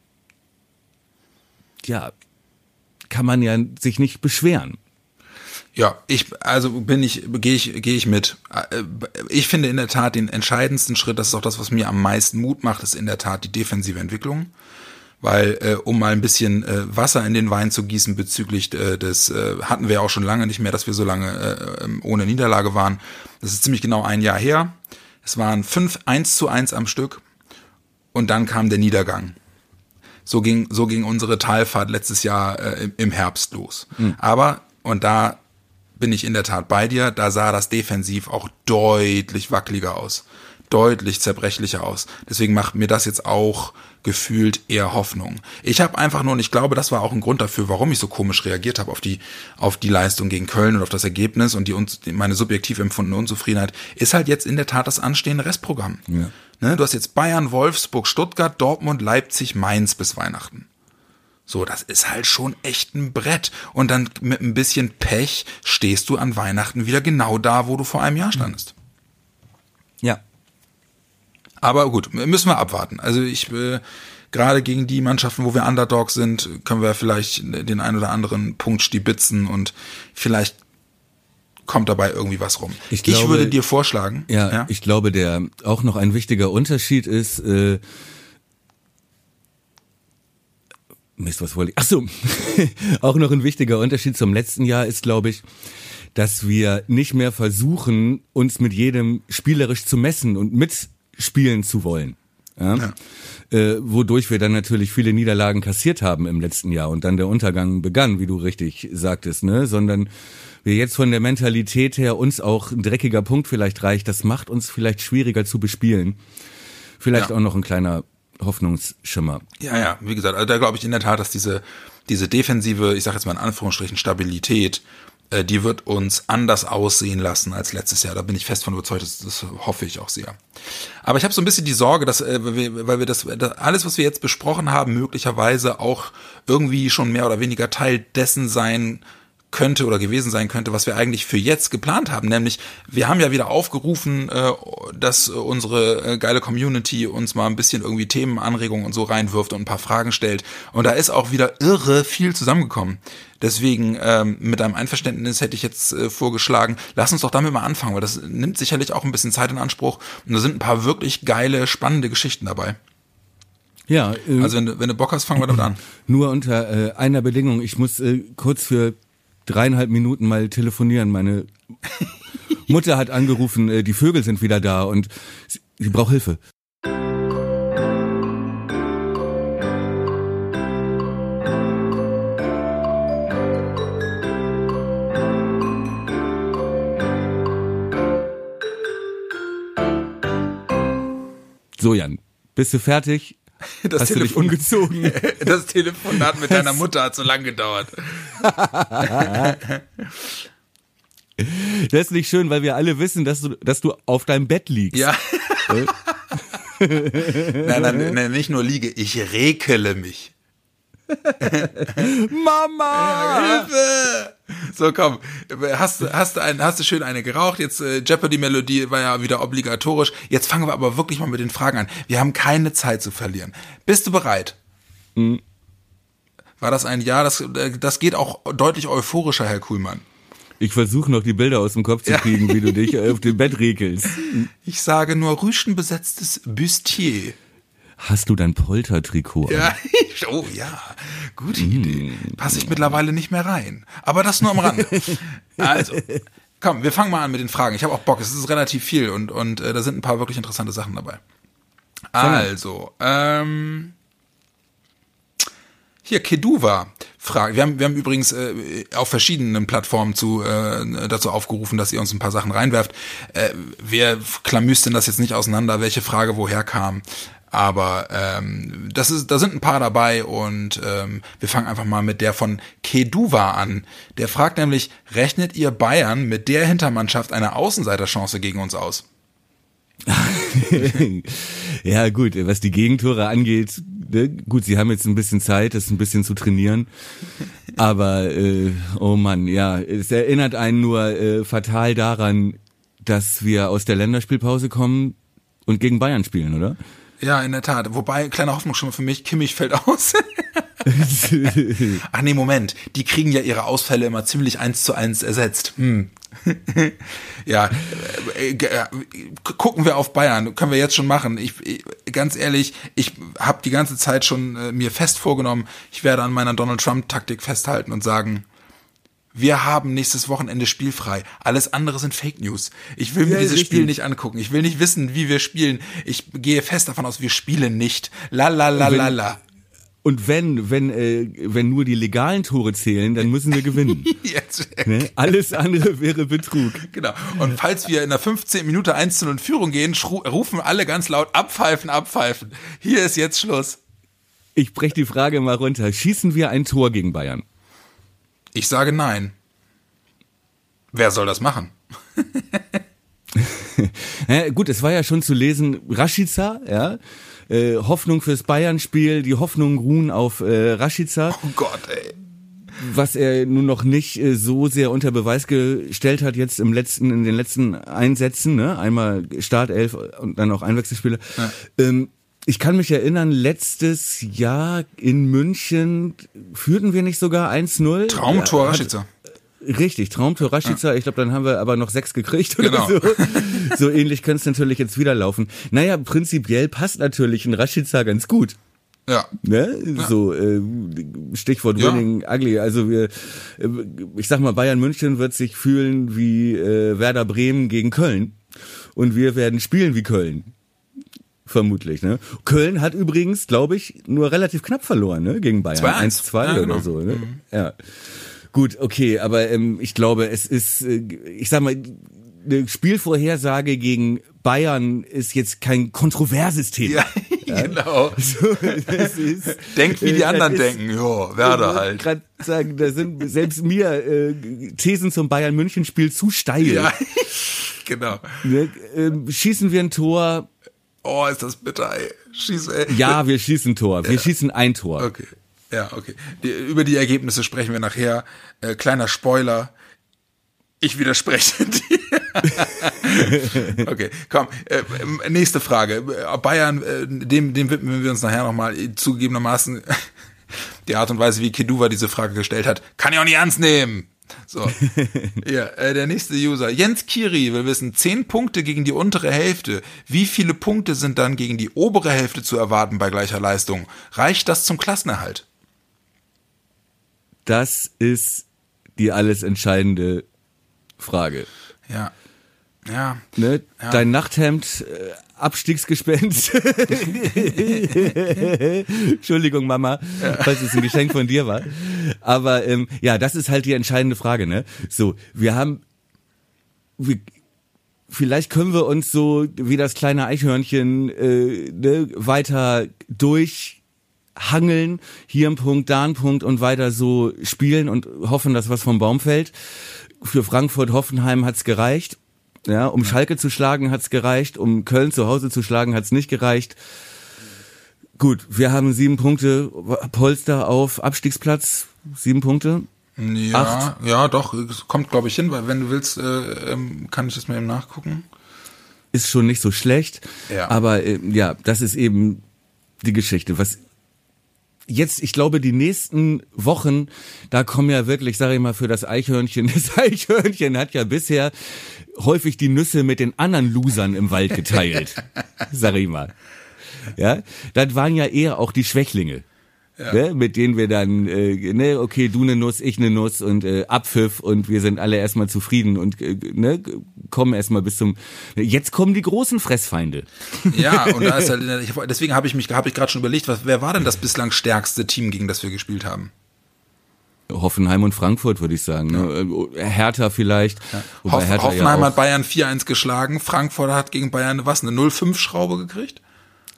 Speaker 3: ja, kann man ja sich nicht beschweren.
Speaker 2: Ja, ich, also bin ich, gehe ich, gehe ich mit. Ich finde in der Tat den entscheidendsten Schritt, das ist auch das, was mir am meisten Mut macht, ist in der Tat die defensive Entwicklung. Weil, äh, um mal ein bisschen äh, Wasser in den Wein zu gießen bezüglich äh, des, äh, hatten wir auch schon lange nicht mehr, dass wir so lange äh, ohne Niederlage waren. Das ist ziemlich genau ein Jahr her. Es waren fünf eins zu eins am Stück und dann kam der Niedergang. So ging, so ging unsere Talfahrt letztes Jahr äh, im Herbst los. Mhm. Aber, und da bin ich in der Tat bei dir, da sah das defensiv auch deutlich wackeliger aus. Deutlich zerbrechlicher aus. Deswegen macht mir das jetzt auch gefühlt eher Hoffnung. Ich habe einfach nur, und ich glaube, das war auch ein Grund dafür, warum ich so komisch reagiert habe auf die auf die Leistung gegen Köln und auf das Ergebnis und die meine subjektiv empfundene Unzufriedenheit, ist halt jetzt in der Tat das anstehende Restprogramm. Ja. Ne, du hast jetzt Bayern, Wolfsburg, Stuttgart, Dortmund, Leipzig, Mainz bis Weihnachten. So, das ist halt schon echt ein Brett. Und dann mit ein bisschen Pech stehst du an Weihnachten wieder genau da, wo du vor einem Jahr standest.
Speaker 3: Ja.
Speaker 2: Aber gut, müssen wir abwarten. Also ich, äh, gerade gegen die Mannschaften, wo wir Underdogs sind, können wir vielleicht den ein oder anderen Punkt stibitzen und vielleicht kommt dabei irgendwie was rum. Ich, glaube, ich würde dir vorschlagen.
Speaker 3: Ja, ja, ich glaube, der auch noch ein wichtiger Unterschied ist, äh, Mist, was wollte ich? Ach so, auch noch ein wichtiger Unterschied zum letzten Jahr ist, glaube ich, dass wir nicht mehr versuchen, uns mit jedem spielerisch zu messen und mitspielen zu wollen. Ja? Ja. Äh, wodurch wir dann natürlich viele Niederlagen kassiert haben im letzten Jahr und dann der Untergang begann, wie du richtig sagtest, ne? Sondern wir jetzt von der Mentalität her uns auch ein dreckiger Punkt vielleicht reicht, das macht uns vielleicht schwieriger zu bespielen. Vielleicht ja. auch noch ein kleiner Hoffnungsschimmer.
Speaker 2: Ja, ja, wie gesagt, also da glaube ich in der Tat, dass diese diese defensive, ich sage jetzt mal in Anführungsstrichen, Stabilität, äh, die wird uns anders aussehen lassen als letztes Jahr. Da bin ich fest von überzeugt, das, das hoffe ich auch sehr. Aber ich habe so ein bisschen die Sorge, dass äh, wir, weil wir das, das alles, was wir jetzt besprochen haben, möglicherweise auch irgendwie schon mehr oder weniger Teil dessen sein könnte oder gewesen sein könnte, was wir eigentlich für jetzt geplant haben, nämlich wir haben ja wieder aufgerufen, äh, dass unsere äh, geile Community uns mal ein bisschen irgendwie Themen, Anregungen und so reinwirft und ein paar Fragen stellt und da ist auch wieder irre viel zusammengekommen. Deswegen ähm, mit deinem Einverständnis hätte ich jetzt äh, vorgeschlagen, lass uns doch damit mal anfangen, weil das nimmt sicherlich auch ein bisschen Zeit in Anspruch und da sind ein paar wirklich geile, spannende Geschichten dabei.
Speaker 3: Ja. Äh,
Speaker 2: also wenn du, wenn du Bock hast, fangen wir damit an.
Speaker 3: Nur unter äh, einer Bedingung, ich muss äh, kurz für dreieinhalb Minuten mal telefonieren. Meine Mutter hat angerufen, äh, die Vögel sind wieder da und sie, sie braucht Hilfe. So, Jan, bist du fertig?
Speaker 2: Das
Speaker 3: Hast
Speaker 2: Telefon,
Speaker 3: du dich umgezogen?
Speaker 2: Das Telefonat mit deiner Mutter hat so lang gedauert.
Speaker 3: Das ist nicht schön, weil wir alle wissen, dass du, dass du auf deinem Bett liegst.
Speaker 2: Ja. nein, nein, nein, nicht nur liege, ich rekele mich.
Speaker 3: Mama!
Speaker 2: Hilfe! So, komm, hast, hast, du ein, hast du schön eine geraucht, jetzt äh, Jeopardy-Melodie war ja wieder obligatorisch, jetzt fangen wir aber wirklich mal mit den Fragen an. Wir haben keine Zeit zu verlieren. Bist du bereit?
Speaker 3: Mhm.
Speaker 2: War das ein Ja? Das, das geht auch deutlich euphorischer, Herr Kuhlmann.
Speaker 3: Ich versuche noch die Bilder aus dem Kopf zu kriegen, ja. Wie du dich auf dem Bett regelst.
Speaker 2: Ich sage nur rüschenbesetztes Bustier.
Speaker 3: Hast du dein Poltertrikot an?
Speaker 2: Ja, oh ja, gute mm. Idee. Passe ich mittlerweile nicht mehr rein. Aber das nur am Rande. Also, komm, wir fangen mal an mit den Fragen. Ich habe auch Bock, es ist relativ viel und, und äh, da sind ein paar wirklich interessante Sachen dabei. Also, ähm... Hier, Keduva fragt, wir haben, wir haben übrigens äh, auf verschiedenen Plattformen zu, äh, dazu aufgerufen, dass ihr uns ein paar Sachen reinwerft. Äh, wir klamüstern das jetzt nicht auseinander, welche Frage woher kam. Aber ähm, das ist, da sind ein paar dabei und ähm, wir fangen einfach mal mit der von Keduva an. Der fragt nämlich, rechnet ihr Bayern mit der Hintermannschaft eine Außenseiterchance gegen uns aus?
Speaker 3: Ja gut, was die Gegentore angeht, ne? Gut, sie haben jetzt ein bisschen Zeit, das ein bisschen zu trainieren, aber äh, oh Mann, ja, es erinnert einen nur äh, fatal daran, dass wir aus der Länderspielpause kommen und gegen Bayern spielen, oder?
Speaker 2: Ja, in der Tat. Wobei, kleine Hoffnung schon mal für mich, Kimmich fällt aus. Ach nee, Moment. Die kriegen ja ihre Ausfälle immer ziemlich eins zu eins ersetzt. Hm. Ja, äh, äh, gucken wir auf Bayern. Können wir jetzt schon machen. Ich, ich ganz ehrlich, ich habe die ganze Zeit schon äh, mir fest vorgenommen, ich werde an meiner Donald-Trump-Taktik festhalten und sagen, wir haben nächstes Wochenende spielfrei. Alles andere sind Fake News. Ich will mir ja, dieses richtig. Spiel nicht angucken. Ich will nicht wissen, wie wir spielen. Ich gehe fest davon aus, wir spielen nicht. La la la la la.
Speaker 3: Und wenn, wenn, äh, wenn nur die legalen Tore zählen, dann müssen wir gewinnen. Jetzt ne? Alles andere wäre Betrug.
Speaker 2: Genau. Und falls wir in der fünfzehnten Minute eins zu null in Führung gehen, schru- rufen alle ganz laut, abpfeifen, abpfeifen. Hier ist jetzt Schluss.
Speaker 3: Ich breche die Frage mal runter. Schießen wir ein Tor gegen Bayern?
Speaker 2: Ich sage nein. Wer soll das machen?
Speaker 3: Ja, gut, es war ja schon zu lesen, Rashica, ja, äh, Hoffnung fürs Bayern-Spiel, die Hoffnungen ruhen auf äh, Rashica.
Speaker 2: Oh Gott, ey.
Speaker 3: Was er nun noch nicht äh, so sehr unter Beweis gestellt hat jetzt im letzten, in den letzten Einsätzen, ne, einmal Startelf und dann auch Einwechselspiele. Ja. Ähm, Ich kann mich erinnern, letztes Jahr in München führten wir nicht sogar eins null.
Speaker 2: Traumtor Rashica.
Speaker 3: Richtig, Traumtor Rashica. Ja. Ich glaube, dann haben wir aber noch sechs gekriegt oder
Speaker 2: genau.
Speaker 3: so. So ähnlich könnte es natürlich jetzt wieder laufen. Naja, prinzipiell passt natürlich ein Rashica ganz gut.
Speaker 2: Ja.
Speaker 3: Ne? Ja. So, äh, Stichwort ja. Winning Ugly. Also wir, äh, ich sag mal, Bayern München wird sich fühlen wie äh, Werder Bremen gegen Köln. Und wir werden spielen wie Köln. Vermutlich, ne? Köln hat übrigens, glaube ich, nur relativ knapp verloren, ne? Gegen Bayern. eins zu zwei ja, oder genau. so, ne? Mhm. Ja. Gut, okay, aber ähm, ich glaube, es ist, äh, ich sag mal, eine Spielvorhersage gegen Bayern ist jetzt kein kontroverses Thema.
Speaker 2: Ja, ja? Genau. So, das ist, Denkt, wie die äh, anderen ist, denken. Ja, Werder halt. Ich
Speaker 3: gerade sagen, da sind selbst mir äh, Thesen zum Bayern-München-Spiel zu steil.
Speaker 2: Ja, genau.
Speaker 3: Ne? Ähm, schießen wir ein Tor.
Speaker 2: Oh, ist das bitter, ey. Schieß, ey.
Speaker 3: Ja, wir schießen ein Tor. Wir ja. schießen ein Tor.
Speaker 2: Okay. Ja, okay. Die, über die Ergebnisse sprechen wir nachher. Äh, kleiner Spoiler. Ich widerspreche dir. Okay, komm. Äh, nächste Frage. Bayern, äh, dem, dem widmen wir uns nachher nochmal. Zugegebenermaßen die Art und Weise, wie Keduva diese Frage gestellt hat, kann ich auch nicht ernst nehmen. So, ja, äh, der nächste User. Jens Kiri will wissen, zehn Punkte gegen die untere Hälfte. Wie viele Punkte sind dann gegen die obere Hälfte zu erwarten bei gleicher Leistung? Reicht das zum Klassenerhalt?
Speaker 3: Das ist die alles entscheidende Frage.
Speaker 2: Ja. Ja.
Speaker 3: Ne?
Speaker 2: Ja.
Speaker 3: Dein Nachthemd, äh, Abstiegsgespenst. Entschuldigung, Mama, ja. falls es ein Geschenk von dir war. Aber ähm, ja, das ist halt die entscheidende Frage, ne? So, wir haben, wir, vielleicht können wir uns so wie das kleine Eichhörnchen äh, ne, weiter durchhangeln, hier ein Punkt, da ein Punkt und weiter so spielen und hoffen, dass was vom Baum fällt. Für Frankfurt-Hoffenheim hat's gereicht. Ja, um Schalke zu schlagen hat's gereicht, um Köln zu Hause zu schlagen hat's nicht gereicht. Gut, wir haben sieben Punkte Polster auf Abstiegsplatz, sieben Punkte.
Speaker 2: Ja, Acht. ja, doch, es kommt glaube ich hin, weil wenn du willst, äh, kann ich das mal eben nachgucken.
Speaker 3: Ist schon nicht so schlecht,
Speaker 2: ja.
Speaker 3: aber äh, ja, das ist eben die Geschichte. Was jetzt, ich glaube, die nächsten Wochen, da kommen ja wirklich, sage ich mal, für das Eichhörnchen, das Eichhörnchen hat ja bisher häufig die Nüsse mit den anderen Losern im Wald geteilt, sag ich mal. Ja, das waren ja eher auch die Schwächlinge, ja. ne, mit denen wir dann, äh, ne, okay, du ne Nuss, ich ne Nuss und äh, Abpfiff und wir sind alle erstmal zufrieden und äh, ne, kommen erstmal bis zum, jetzt kommen die großen Fressfeinde.
Speaker 2: Ja, und da ist halt, deswegen habe ich mich, habe ich gerade schon überlegt, was, wer war denn das bislang stärkste Team, gegen das wir gespielt haben?
Speaker 3: Hoffenheim und Frankfurt, würde ich sagen. Ne? Ja. Hertha vielleicht.
Speaker 2: Ja. Hoff, Hertha Hoffenheim ja hat Bayern vier eins geschlagen. Frankfurt hat gegen Bayern was, eine null fünf Schraube gekriegt?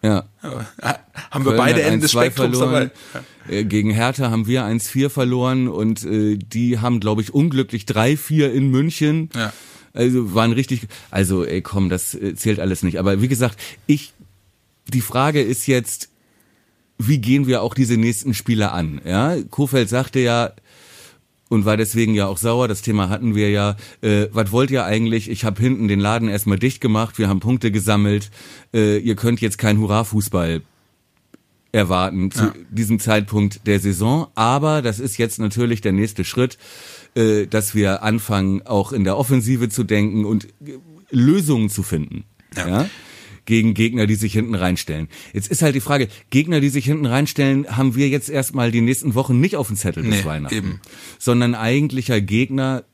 Speaker 3: Ja.
Speaker 2: ja. Haben wir Köln beide Enden des Spektrums
Speaker 3: verloren. dabei. Ja. Gegen Hertha haben wir eins vier verloren und äh, die haben, glaube ich, unglücklich drei vier in München.
Speaker 2: Ja.
Speaker 3: Also waren richtig, also ey komm, das äh, zählt alles nicht. Aber wie gesagt, ich, die Frage ist jetzt, wie gehen wir auch diese nächsten Spiele an? Ja, Kohfeldt sagte ja, und war deswegen ja auch sauer, das Thema hatten wir ja, äh, was wollt ihr eigentlich? Ich habe hinten den Laden erstmal dicht gemacht, wir haben Punkte gesammelt, äh, ihr könnt jetzt keinen Hurra-Fußball erwarten zu ja. diesem Zeitpunkt der Saison, aber das ist jetzt natürlich der nächste Schritt, äh, dass wir anfangen, auch in der Offensive zu denken und äh, Lösungen zu finden. Ja. ja? Gegen Gegner, die sich hinten reinstellen. Jetzt ist halt die Frage, Gegner, die sich hinten reinstellen, haben wir jetzt erstmal die nächsten Wochen nicht auf dem Zettel bis nee, Weihnachten. Eben. Sondern eigentlicher Gegner,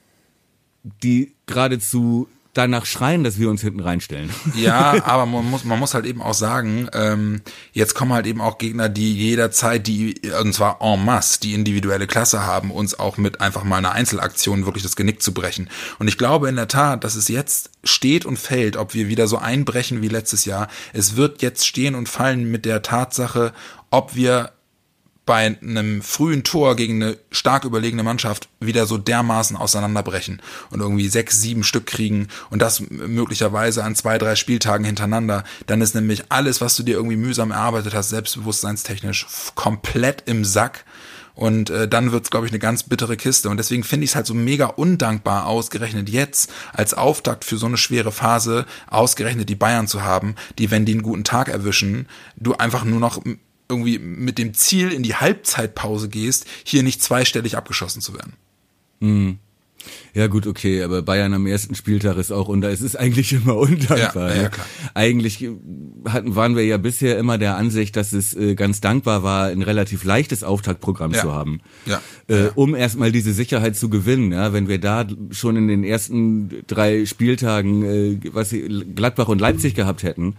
Speaker 3: die geradezu danach schreien, dass wir uns hinten reinstellen.
Speaker 2: Ja, aber man muss, man muss halt eben auch sagen, ähm, jetzt kommen halt eben auch Gegner, die jederzeit, die, und zwar en masse, die individuelle Klasse haben, uns auch mit einfach mal einer Einzelaktion wirklich das Genick zu brechen. Und ich glaube in der Tat, dass es jetzt steht und fällt, ob wir wieder so einbrechen wie letztes Jahr. Es wird jetzt stehen und fallen mit der Tatsache, ob wir bei einem frühen Tor gegen eine stark überlegene Mannschaft wieder so dermaßen auseinanderbrechen und irgendwie sechs, sieben Stück kriegen und das möglicherweise an zwei, drei Spieltagen hintereinander, dann ist nämlich alles, was du dir irgendwie mühsam erarbeitet hast, selbstbewusstseinstechnisch komplett im Sack und äh, dann wird's, glaube ich, eine ganz bittere Kiste und deswegen finde ich es halt so mega undankbar, ausgerechnet jetzt als Auftakt für so eine schwere Phase, ausgerechnet die Bayern zu haben, die, wenn die einen guten Tag erwischen, du einfach nur noch irgendwie mit dem Ziel in die Halbzeitpause gehst, hier nicht zweistellig abgeschossen zu werden.
Speaker 3: Mhm. Ja gut, okay, aber Bayern am ersten Spieltag ist auch unter, es ist eigentlich immer undankbar.
Speaker 2: Ja, ja, klar.
Speaker 3: Eigentlich hatten, waren wir ja bisher immer der Ansicht, dass es äh, ganz dankbar war, ein relativ leichtes Auftaktprogramm ja. zu haben,
Speaker 2: ja.
Speaker 3: Äh,
Speaker 2: ja.
Speaker 3: um erstmal diese Sicherheit zu gewinnen. Ja, wenn wir da schon in den ersten drei Spieltagen äh, was Gladbach und Leipzig gehabt hätten,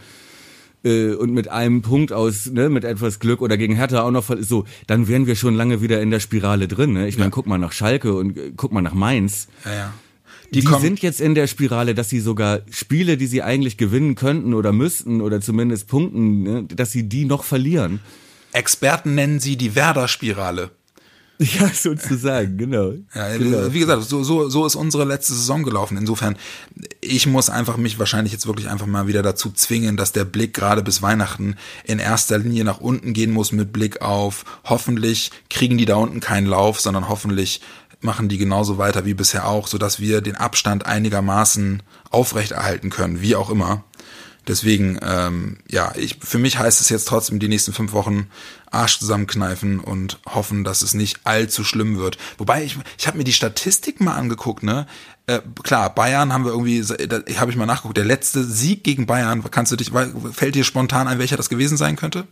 Speaker 3: und mit einem Punkt aus, ne, mit etwas Glück oder gegen Hertha auch noch so, dann wären wir schon lange wieder in der Spirale drin. Ne? Ich ja. meine, guck mal nach Schalke und äh, guck mal nach Mainz.
Speaker 2: Ja, ja.
Speaker 3: Die, die sind jetzt in der Spirale, dass sie sogar Spiele, die sie eigentlich gewinnen könnten oder müssten oder zumindest punkten, ne, dass sie die noch verlieren.
Speaker 2: Experten nennen sie die Werder-Spirale.
Speaker 3: Ja, sozusagen, genau.
Speaker 2: Ja,
Speaker 3: genau.
Speaker 2: Wie gesagt, so, so, so ist unsere letzte Saison gelaufen. Insofern, ich muss einfach mich wahrscheinlich jetzt wirklich einfach mal wieder dazu zwingen, dass der Blick gerade bis Weihnachten in erster Linie nach unten gehen muss mit Blick auf, hoffentlich kriegen die da unten keinen Lauf, sondern hoffentlich machen die genauso weiter wie bisher auch, sodass wir den Abstand einigermaßen aufrechterhalten können, wie auch immer. Deswegen, ähm, ja, ich, für mich heißt es jetzt trotzdem die nächsten fünf Wochen Arsch zusammenkneifen und hoffen, dass es nicht allzu schlimm wird. Wobei, ich, ich habe mir die Statistik mal angeguckt, ne? Äh, klar, Bayern haben wir irgendwie, da habe ich mal nachgeguckt, der letzte Sieg gegen Bayern, kannst du dich, fällt dir spontan ein, welcher das gewesen sein könnte?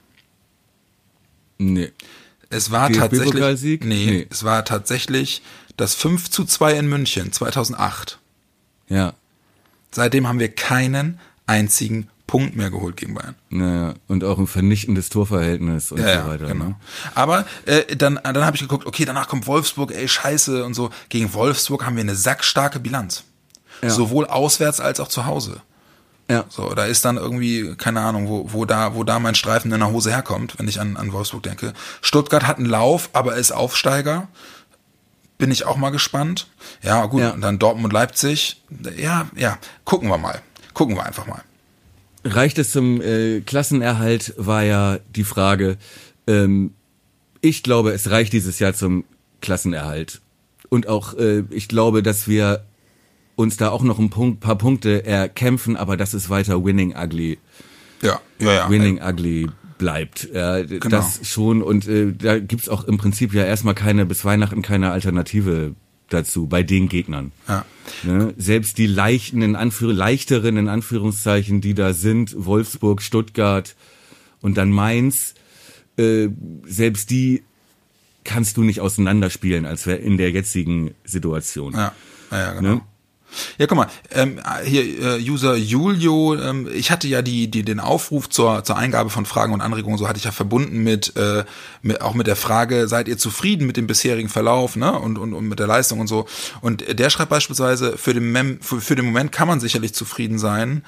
Speaker 3: Nee.
Speaker 2: Es war tatsächlich, nee, nee, es war tatsächlich das fünf zu zwei in München, zweitausendacht.
Speaker 3: Ja.
Speaker 2: Seitdem haben wir keinen einzigen Punkt mehr geholt gegen Bayern.
Speaker 3: Naja, und auch ein vernichtendes Torverhältnis und
Speaker 2: ja,
Speaker 3: so weiter.
Speaker 2: Genau.
Speaker 3: Ne?
Speaker 2: Aber äh, dann, dann habe ich geguckt, okay, danach kommt Wolfsburg, ey, scheiße und so. Gegen Wolfsburg haben wir eine sackstarke Bilanz. Ja. Sowohl auswärts als auch zu Hause.
Speaker 3: Ja.
Speaker 2: So, da ist dann irgendwie, keine Ahnung, wo, wo da, wo da mein Streifen in der Hose herkommt, wenn ich an, an Wolfsburg denke. Stuttgart hat einen Lauf, aber ist Aufsteiger. Bin ich auch mal gespannt. Ja, gut,
Speaker 3: ja.
Speaker 2: Und dann Dortmund, Leipzig. Ja, ja, gucken wir mal. Gucken wir einfach mal.
Speaker 3: Reicht es zum äh, Klassenerhalt, war ja die Frage. Ähm, ich glaube, es reicht dieses Jahr zum Klassenerhalt. Und auch, äh, ich glaube, dass wir uns da auch noch ein Punkt, paar Punkte erkämpfen, aber dass es weiter winning ugly,
Speaker 2: ja, ja, ja.
Speaker 3: winning ugly bleibt. Ja,
Speaker 2: genau.
Speaker 3: Das schon. Und äh, da gibt's auch im Prinzip ja erstmal keine, bis Weihnachten keine Alternative dazu, bei den Gegnern.
Speaker 2: Ja.
Speaker 3: Ne? Selbst die leichten, in Anführ- leichteren, in Anführungszeichen, die da sind, Wolfsburg, Stuttgart und dann Mainz, äh, selbst die kannst du nicht auseinanderspielen, als wär in der jetzigen Situation.
Speaker 2: Ja, ja, ja genau.
Speaker 3: Ne?
Speaker 2: Ja, guck mal, ähm, hier äh, User Julio, ähm, ich hatte ja die, die den Aufruf zur zur Eingabe von Fragen und Anregungen, so hatte ich ja verbunden mit, äh, mit auch mit der Frage, seid ihr zufrieden mit dem bisherigen Verlauf, ne, und und, und mit der Leistung und so. Und der schreibt beispielsweise, für den Mem für, für den Moment kann man sicherlich zufrieden sein,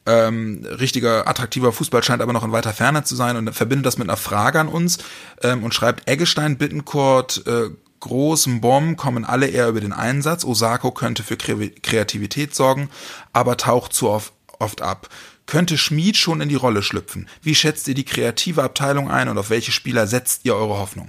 Speaker 2: Ähm, richtiger, attraktiver Fußball scheint aber noch in weiter Ferne zu sein und verbindet das mit einer Frage an uns ähm, und schreibt, Eggestein, Bittencourt, äh, Groß, Mbom kommen alle eher über den Einsatz. Osako könnte für Kre- Kreativität sorgen, aber taucht zu oft, oft ab. Könnte Schmid schon in die Rolle schlüpfen? Wie schätzt ihr die kreative Abteilung ein und auf welche Spieler setzt ihr eure Hoffnung?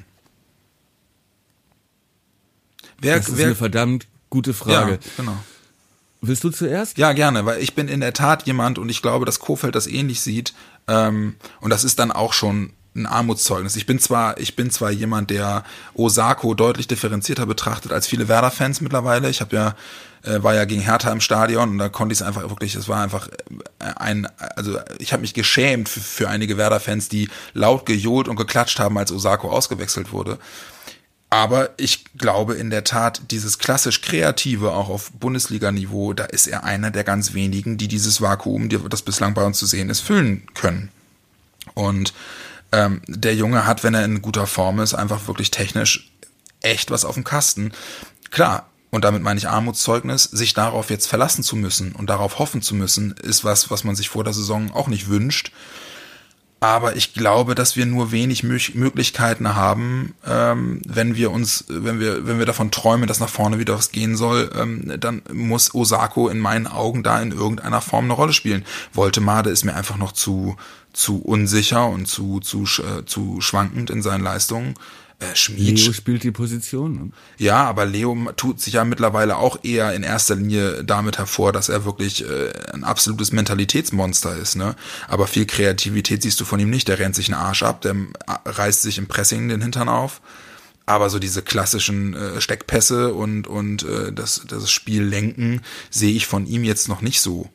Speaker 2: Wer,
Speaker 3: das ist
Speaker 2: wer,
Speaker 3: eine verdammt gute Frage.
Speaker 2: Ja, genau.
Speaker 3: Willst du zuerst?
Speaker 2: Ja, gerne, weil ich bin in der Tat jemand und ich glaube, dass Kohfeldt das ähnlich sieht ähm, und das ist dann auch schon ein Armutszeugnis. Ich bin zwar, ich bin zwar jemand, der Osako deutlich differenzierter betrachtet als viele Werder-Fans mittlerweile. Ich habe ja, äh, war ja gegen Hertha im Stadion und da konnte ich es einfach wirklich, es war einfach ein, also ich habe mich geschämt für, für einige Werder-Fans, die laut gejohlt und geklatscht haben, als Osako ausgewechselt wurde. Aber ich glaube in der Tat, dieses klassisch Kreative auch auf Bundesliga-Niveau, da ist er einer der ganz wenigen, die dieses Vakuum, das bislang bei uns zu sehen ist, füllen können. Und ähm, der Junge hat, wenn er in guter Form ist, einfach wirklich technisch echt was auf dem Kasten. Klar, und damit meine ich Armutszeugnis, sich darauf jetzt verlassen zu müssen und darauf hoffen zu müssen, ist was, was man sich vor der Saison auch nicht wünscht. Aber ich glaube, dass wir nur wenig Möglichkeiten haben, ähm, wenn wir uns, wenn wir, wenn wir davon träumen, dass nach vorne wieder was gehen soll, ähm, dann muss Osako in meinen Augen da in irgendeiner Form eine Rolle spielen. Woltemade ist mir einfach noch zu, zu unsicher und zu, zu, äh, zu schwankend in seinen Leistungen. Äh, Schmid,
Speaker 3: Leo spielt die Position. Ne?
Speaker 2: Ja, aber Leo tut sich ja mittlerweile auch eher in erster Linie damit hervor, dass er wirklich äh, ein absolutes Mentalitätsmonster ist, ne? Aber viel Kreativität siehst du von ihm nicht. Der rennt sich einen Arsch ab, der reißt sich im Pressing den Hintern auf. Aber so diese klassischen äh, Steckpässe und und äh, das das Spiel lenken sehe ich von ihm jetzt noch nicht so.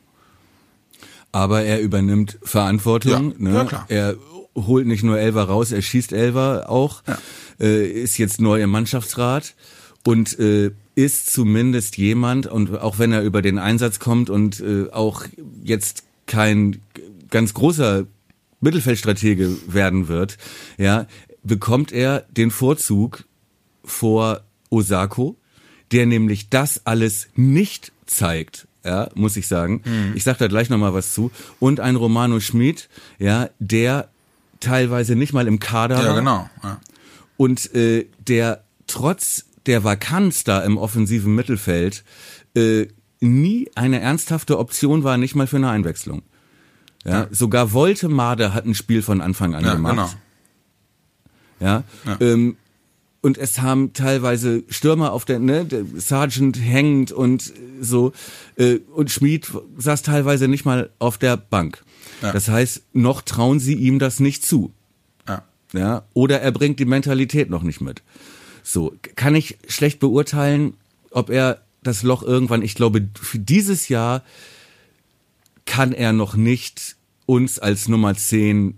Speaker 3: Aber er übernimmt Verantwortung.
Speaker 2: Ja,
Speaker 3: ne?
Speaker 2: ja klar.
Speaker 3: Er holt nicht nur Elfer raus, er schießt Elfer auch,
Speaker 2: Ja.
Speaker 3: äh, ist jetzt neu im Mannschaftsrat und äh, ist zumindest jemand, und auch wenn er über den Einsatz kommt und äh, auch jetzt kein ganz großer Mittelfeldstratege werden wird, ja, bekommt er den Vorzug vor Osako, der nämlich das alles nicht zeigt. Ja, muss ich sagen. Mhm. Ich sag da gleich nochmal was zu. Und ein Romano Schmid, ja, der teilweise nicht mal im Kader war.
Speaker 2: Ja, genau. Ja.
Speaker 3: Und äh, der trotz der Vakanz da im offensiven Mittelfeld äh, nie eine ernsthafte Option war, nicht mal für eine Einwechslung. Ja, ja. Sogar Woltemade hat ein Spiel von Anfang an
Speaker 2: ja,
Speaker 3: gemacht.
Speaker 2: Genau.
Speaker 3: Ja,
Speaker 2: ja.
Speaker 3: Ähm, und es haben teilweise Stürmer auf der, ne, der Sargent hängt und so, äh, und Schmid saß teilweise nicht mal auf der Bank. Ja. Das heißt, noch trauen sie ihm das nicht zu.
Speaker 2: Ja.
Speaker 3: Ja, oder er bringt die Mentalität noch nicht mit. So, kann ich schlecht beurteilen, ob er das Loch irgendwann, ich glaube, für dieses Jahr kann er noch nicht uns als Nummer zehn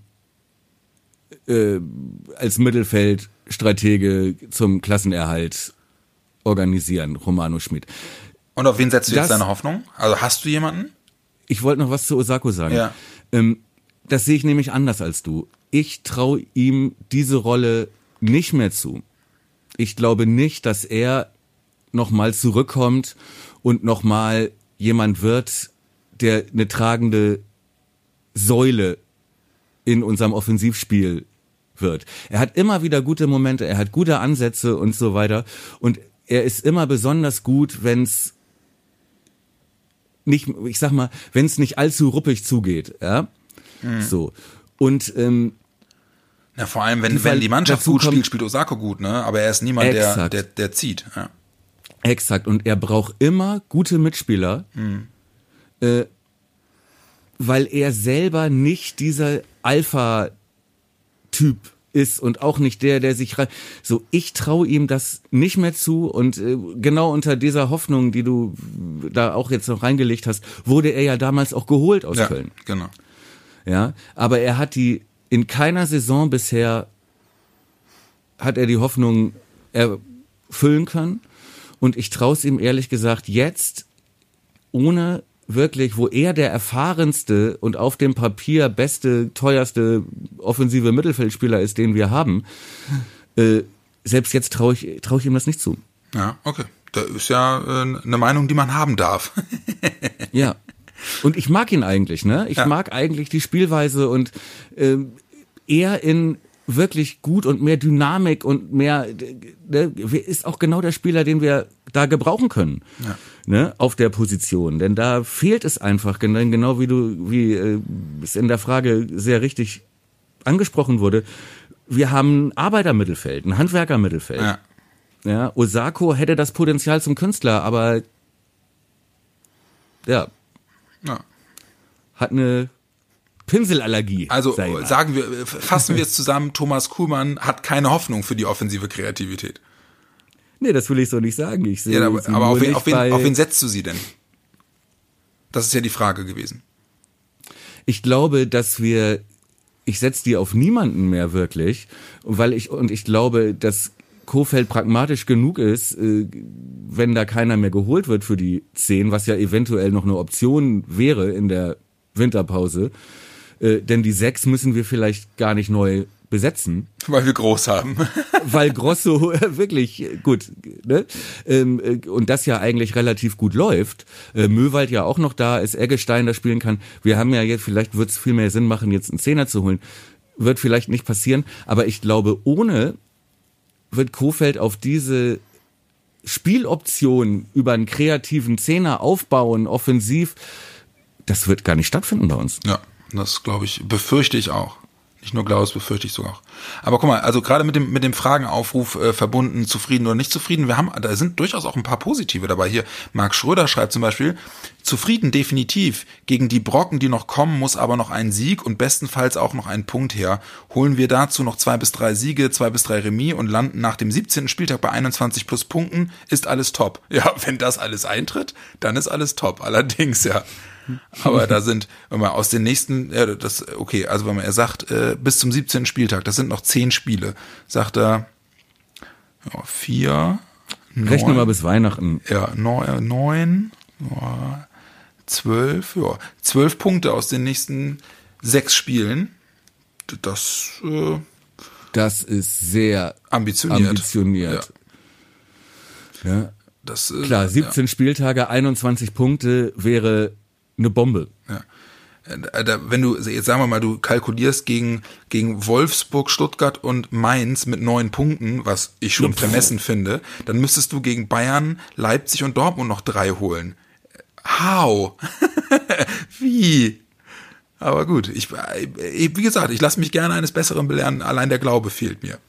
Speaker 3: äh, als Mittelfeldstratege zum Klassenerhalt organisieren, Romano Schmid.
Speaker 2: Und auf wen setzt du
Speaker 3: das,
Speaker 2: jetzt deine Hoffnung? Also hast du jemanden?
Speaker 3: Ich wollte noch was zu Osako sagen.
Speaker 2: Ja.
Speaker 3: Ähm, das sehe ich nämlich anders als du. Ich traue ihm diese Rolle nicht mehr zu. Ich glaube nicht, dass er nochmal zurückkommt und nochmal jemand wird, der eine tragende Säule in unserem Offensivspiel wird. Er hat immer wieder gute Momente, er hat gute Ansätze und so weiter. Und er ist immer besonders gut, wenn es nicht, ich sag mal, wenn es nicht allzu ruppig zugeht, ja, mhm. so. Und ähm,
Speaker 2: ja, vor allem, wenn
Speaker 3: die,
Speaker 2: wenn die Mannschaft gut
Speaker 3: kommt,
Speaker 2: spielt, spielt Osako gut, ne? Aber er ist niemand, der, der der zieht. Ja.
Speaker 3: Exakt. Und er braucht immer gute Mitspieler,
Speaker 2: mhm.
Speaker 3: äh, weil er selber nicht dieser Alpha-Typ ist und auch nicht der, der sich rein... So, ich traue ihm das nicht mehr zu und äh, genau unter dieser Hoffnung, die du da auch jetzt noch reingelegt hast, wurde er ja damals auch geholt aus
Speaker 2: ja,
Speaker 3: Köln.
Speaker 2: Genau.
Speaker 3: Ja, aber er hat die in keiner Saison bisher hat er die Hoffnung erfüllen können und ich traue es ihm ehrlich gesagt jetzt ohne wirklich, wo er der erfahrenste und auf dem Papier beste, teuerste offensive Mittelfeldspieler ist, den wir haben, äh, selbst jetzt traue ich, traue ich ihm das nicht zu.
Speaker 2: Ja, okay. Das ist ja äh, eine Meinung, die man haben darf.
Speaker 3: Ja. Und ich mag ihn eigentlich, ne? Ich
Speaker 2: ja.
Speaker 3: mag eigentlich die Spielweise und ähm, eher in wirklich gut und mehr Dynamik und mehr, ne, ist auch genau der Spieler, den wir da gebrauchen können,
Speaker 2: ja.
Speaker 3: ne, auf der Position. Denn da fehlt es einfach, genau wie du, wie äh, es in der Frage sehr richtig angesprochen wurde. Wir haben ein Arbeitermittelfeld, ein Handwerkermittelfeld.
Speaker 2: Ja.
Speaker 3: Ja, Osako hätte das Potenzial zum Künstler, aber ja,
Speaker 2: ja.
Speaker 3: hat eine Pinselallergie.
Speaker 2: Also
Speaker 3: sag ich mal.
Speaker 2: sagen wir, fassen wir es zusammen, Thomas Kuhlmann hat keine Hoffnung für die offensive Kreativität.
Speaker 3: Nee, das will ich so nicht sagen. Ich sehe
Speaker 2: ja, aber
Speaker 3: sie
Speaker 2: aber
Speaker 3: nur
Speaker 2: auf, wen,
Speaker 3: nicht
Speaker 2: auf, wen,
Speaker 3: bei,
Speaker 2: auf wen setzt du sie denn? Das ist ja die Frage gewesen.
Speaker 3: Ich glaube, dass wir, ich setze die auf niemanden mehr wirklich, weil ich, und ich glaube, dass Kohfeldt pragmatisch genug ist, wenn da keiner mehr geholt wird für die zehn, was ja eventuell noch eine Option wäre in der Winterpause. Denn die sechs müssen wir vielleicht gar nicht neu besetzen.
Speaker 2: Weil wir groß haben.
Speaker 3: Weil Grosso wirklich gut, ne? Und das ja eigentlich relativ gut läuft. Möwald ja auch noch da ist, Eggestein da spielen kann. Wir haben ja jetzt, vielleicht wird es viel mehr Sinn machen, jetzt einen Zehner zu holen. Wird vielleicht nicht passieren, aber ich glaube, ohne wird Kohfeldt auf diese Spieloption über einen kreativen Zehner aufbauen, offensiv, das wird gar nicht stattfinden bei uns.
Speaker 2: Ja, das glaube ich, befürchte ich auch. Nicht nur glaube, das befürchte ich sogar auch. Aber guck mal, also gerade mit dem mit dem Fragenaufruf äh, verbunden, zufrieden oder nicht zufrieden, wir haben, da sind durchaus auch ein paar positive dabei. Hier, Marc Schröder schreibt zum Beispiel, zufrieden definitiv, gegen die Brocken, die noch kommen, muss aber noch ein Sieg und bestenfalls auch noch ein Punkt her. Holen wir dazu noch zwei bis drei Siege, zwei bis drei Remis und landen nach dem siebzehnten Spieltag bei einundzwanzig plus Punkten, ist alles top. Ja, wenn das alles eintritt, dann ist alles top. Allerdings, ja. Aber da sind, wenn man aus den nächsten, ja, das, okay, also wenn man, er sagt, äh, bis zum siebzehnten Spieltag, das sind noch zehn Spiele, sagt er, ja, vier,
Speaker 3: Rechnen
Speaker 2: neun,
Speaker 3: wir bis Weihnachten.
Speaker 2: Ja, neun, neun, ja, zwölf, ja, zwölf Punkte aus den nächsten sechs Spielen, das, äh,
Speaker 3: das ist sehr
Speaker 2: ambitioniert.
Speaker 3: ambitioniert. Ja. Ja.
Speaker 2: Das, äh,
Speaker 3: Klar, siebzehn
Speaker 2: ja.
Speaker 3: Spieltage, einundzwanzig Punkte wäre eine Bombe.
Speaker 2: Ja. Wenn du, jetzt sagen wir mal, du kalkulierst gegen, gegen Wolfsburg, Stuttgart und Mainz mit neun Punkten, was ich schon vermessen finde, dann müsstest du gegen Bayern, Leipzig und Dortmund noch drei holen. How? Wie? Aber gut, ich, wie gesagt, ich lasse mich gerne eines Besseren belehren, allein der Glaube fehlt mir.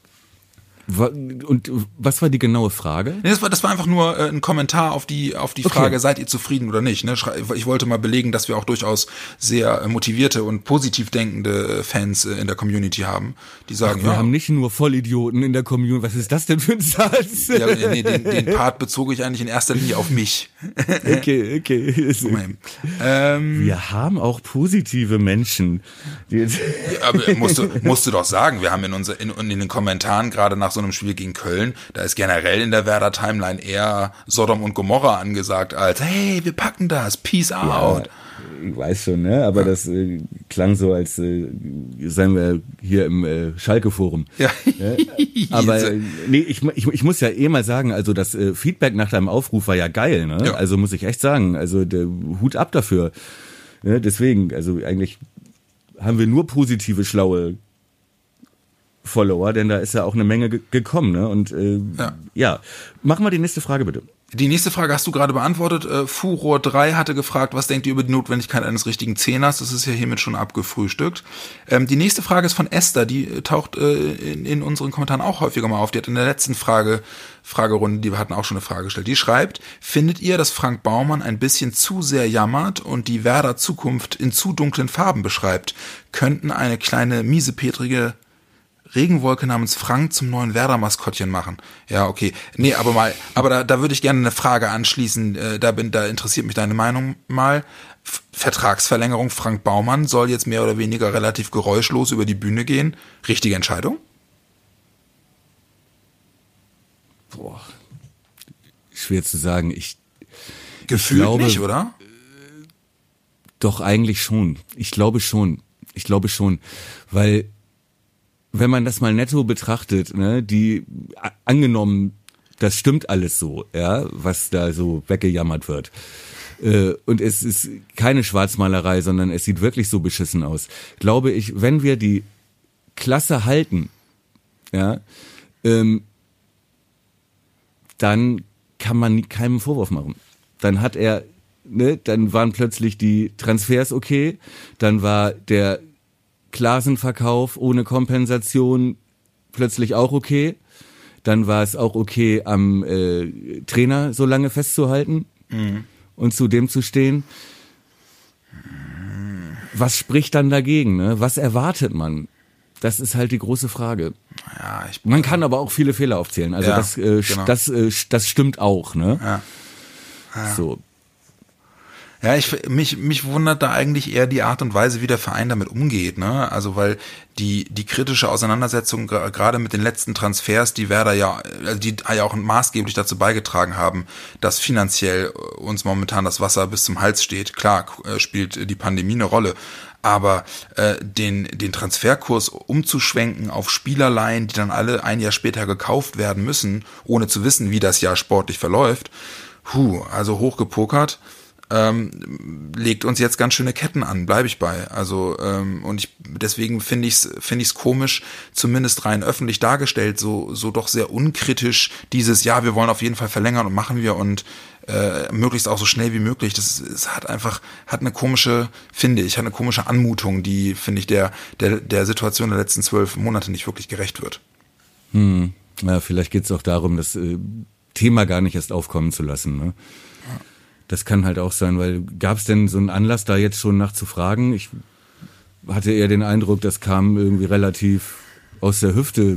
Speaker 3: Und was war die genaue Frage?
Speaker 2: Nee, das war, das war einfach nur äh, ein Kommentar auf die auf die Frage, okay. Seid ihr zufrieden oder nicht? Ne? Ich wollte mal belegen, dass wir auch durchaus sehr äh, motivierte und positiv denkende Fans äh, in der Community haben, die sagen,
Speaker 3: Ach, wir
Speaker 2: ja,
Speaker 3: haben nicht nur Vollidioten in der Community. Was ist das denn für ein Satz?
Speaker 2: Ja, nee, den, den Part bezog ich eigentlich in erster Linie auf mich.
Speaker 3: Okay, okay.
Speaker 2: ähm,
Speaker 3: wir haben auch positive Menschen. Die
Speaker 2: ja, aber musst du, musst du doch sagen, wir haben in, unser, in, in den Kommentaren gerade nach so einem Spiel gegen Köln, da ist generell in der Werder-Timeline eher Sodom und Gomorra angesagt als, hey, wir packen das, peace out.
Speaker 3: Ja, ich weiß schon, ne? Aber ja. das äh, klang so, als äh, seien wir hier im äh, Schalke-Forum. Ja. ja. Aber äh, nee, ich, ich, ich muss ja eh mal sagen, also das äh, Feedback nach deinem Aufruf war ja geil, ne? Ja. Also muss ich echt sagen, also der Hut ab dafür. Ne? Deswegen, also eigentlich haben wir nur positive, schlaue Follower, denn da ist ja auch eine Menge ge- gekommen, ne? Und äh, ja. ja, machen wir die nächste Frage bitte.
Speaker 2: Die nächste Frage hast du gerade beantwortet. Äh, Furor drei hatte gefragt, was denkt ihr über die Notwendigkeit eines richtigen Zehners? Das ist ja hiermit schon abgefrühstückt. Ähm, die nächste Frage ist von Esther, die äh, taucht äh, in, in unseren Kommentaren auch häufiger mal auf. Die hat in der letzten Frage, Fragerunde, die wir hatten, auch schon eine Frage gestellt. Die schreibt, findet ihr, dass Frank Baumann ein bisschen zu sehr jammert und die Werder Zukunft in zu dunklen Farben beschreibt? Könnten eine kleine miesepetrige Regenwolke namens Frank zum neuen Werder-Maskottchen machen. Ja, okay. Nee, aber mal, aber da, da würde ich gerne eine Frage anschließen. Äh, da bin, da interessiert mich deine Meinung mal. F- Vertragsverlängerung Frank Baumann soll jetzt mehr oder weniger relativ geräuschlos über die Bühne gehen. Richtige Entscheidung?
Speaker 3: Boah. Schwer zu sagen. Ich
Speaker 2: Gefühlt
Speaker 3: ich glaube,
Speaker 2: nicht, oder?
Speaker 3: Doch, eigentlich schon. Ich glaube schon. Ich glaube schon. Weil wenn man das mal netto betrachtet, ne, die a- angenommen, das stimmt alles so, ja, was da so weggejammert wird. Äh, und es ist keine Schwarzmalerei, sondern es sieht wirklich so beschissen aus. Glaube ich, wenn wir die Klasse halten, ja, ähm, dann kann man keinem Vorwurf machen. Dann hat er, ne, dann waren plötzlich die Transfers okay, dann war der Klaasen-Verkauf ohne Kompensation plötzlich auch okay, dann war es auch okay, am äh, Trainer so lange festzuhalten mhm. und zu dem zu stehen. Was spricht dann dagegen, ne? Was erwartet man? Das ist halt die große Frage.
Speaker 2: Ja, ich,
Speaker 3: Man kann aber auch viele Fehler aufzählen. Also
Speaker 2: ja,
Speaker 3: das, äh,
Speaker 2: genau.
Speaker 3: das, äh, das stimmt auch, ne?
Speaker 2: Ja. Ja.
Speaker 3: So.
Speaker 2: Ja, ich, mich, mich wundert da eigentlich eher die Art und Weise, wie der Verein damit umgeht, ne? Also, weil die, die kritische Auseinandersetzung gerade mit den letzten Transfers, die Werder ja, also die ja auch maßgeblich dazu beigetragen haben, dass finanziell uns momentan das Wasser bis zum Hals steht. Klar, spielt die Pandemie eine Rolle. Aber äh, den, den Transferkurs umzuschwenken auf Spielerleihen, die dann alle ein Jahr später gekauft werden müssen, ohne zu wissen, wie das Jahr sportlich verläuft, huh, also hochgepokert, ähm, legt uns jetzt ganz schöne Ketten an, bleibe ich bei. Also ähm, und ich deswegen finde ich es finde ich es komisch, zumindest rein öffentlich dargestellt, so so doch sehr unkritisch dieses, ja, wir wollen auf jeden Fall verlängern und machen wir und äh, möglichst auch so schnell wie möglich. Das es hat einfach hat eine komische, finde ich, hat eine komische Anmutung, die, finde ich, der der der Situation der letzten zwölf Monate nicht wirklich gerecht wird.
Speaker 3: Hm. Ja, vielleicht geht es auch darum, das äh, Thema gar nicht erst aufkommen zu lassen, ne? Ja. Das kann halt auch sein, weil gab es denn so einen Anlass, da jetzt schon nachzufragen? Ich hatte eher den Eindruck, das kam irgendwie relativ aus der Hüfte,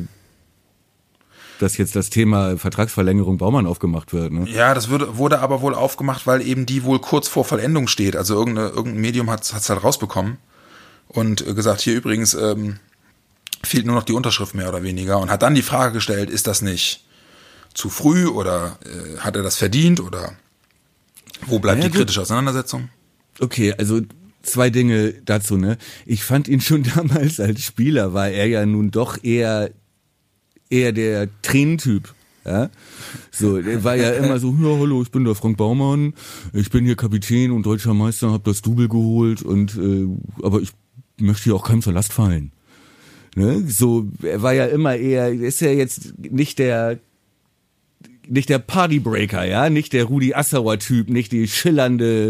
Speaker 3: dass jetzt das Thema Vertragsverlängerung Baumann aufgemacht wird. Ne?
Speaker 2: Ja, das wurde, wurde aber wohl aufgemacht, weil eben die wohl kurz vor Vollendung steht. Also irgendeine, irgendein Medium hat es halt rausbekommen und gesagt, hier übrigens ähm, fehlt nur noch die Unterschrift mehr oder weniger und hat dann die Frage gestellt, ist das nicht zu früh oder äh, hat er das verdient oder wo bleibt ja, die kritische Auseinandersetzung?
Speaker 3: Okay, also zwei Dinge dazu, ne? Ich fand ihn schon damals als Spieler, war er ja nun doch eher eher der Tränentyp, ja? So, der war ja immer so, ja, hallo, ich bin der Frank Baumann, ich bin hier Kapitän und deutscher Meister, hab das Double geholt und äh, aber ich möchte hier auch keinem zur Last fallen. Ne? So, er war ja immer eher, ist ja jetzt nicht der nicht der Partybreaker, ja, nicht der Rudi Assauer-Typ, nicht die schillernde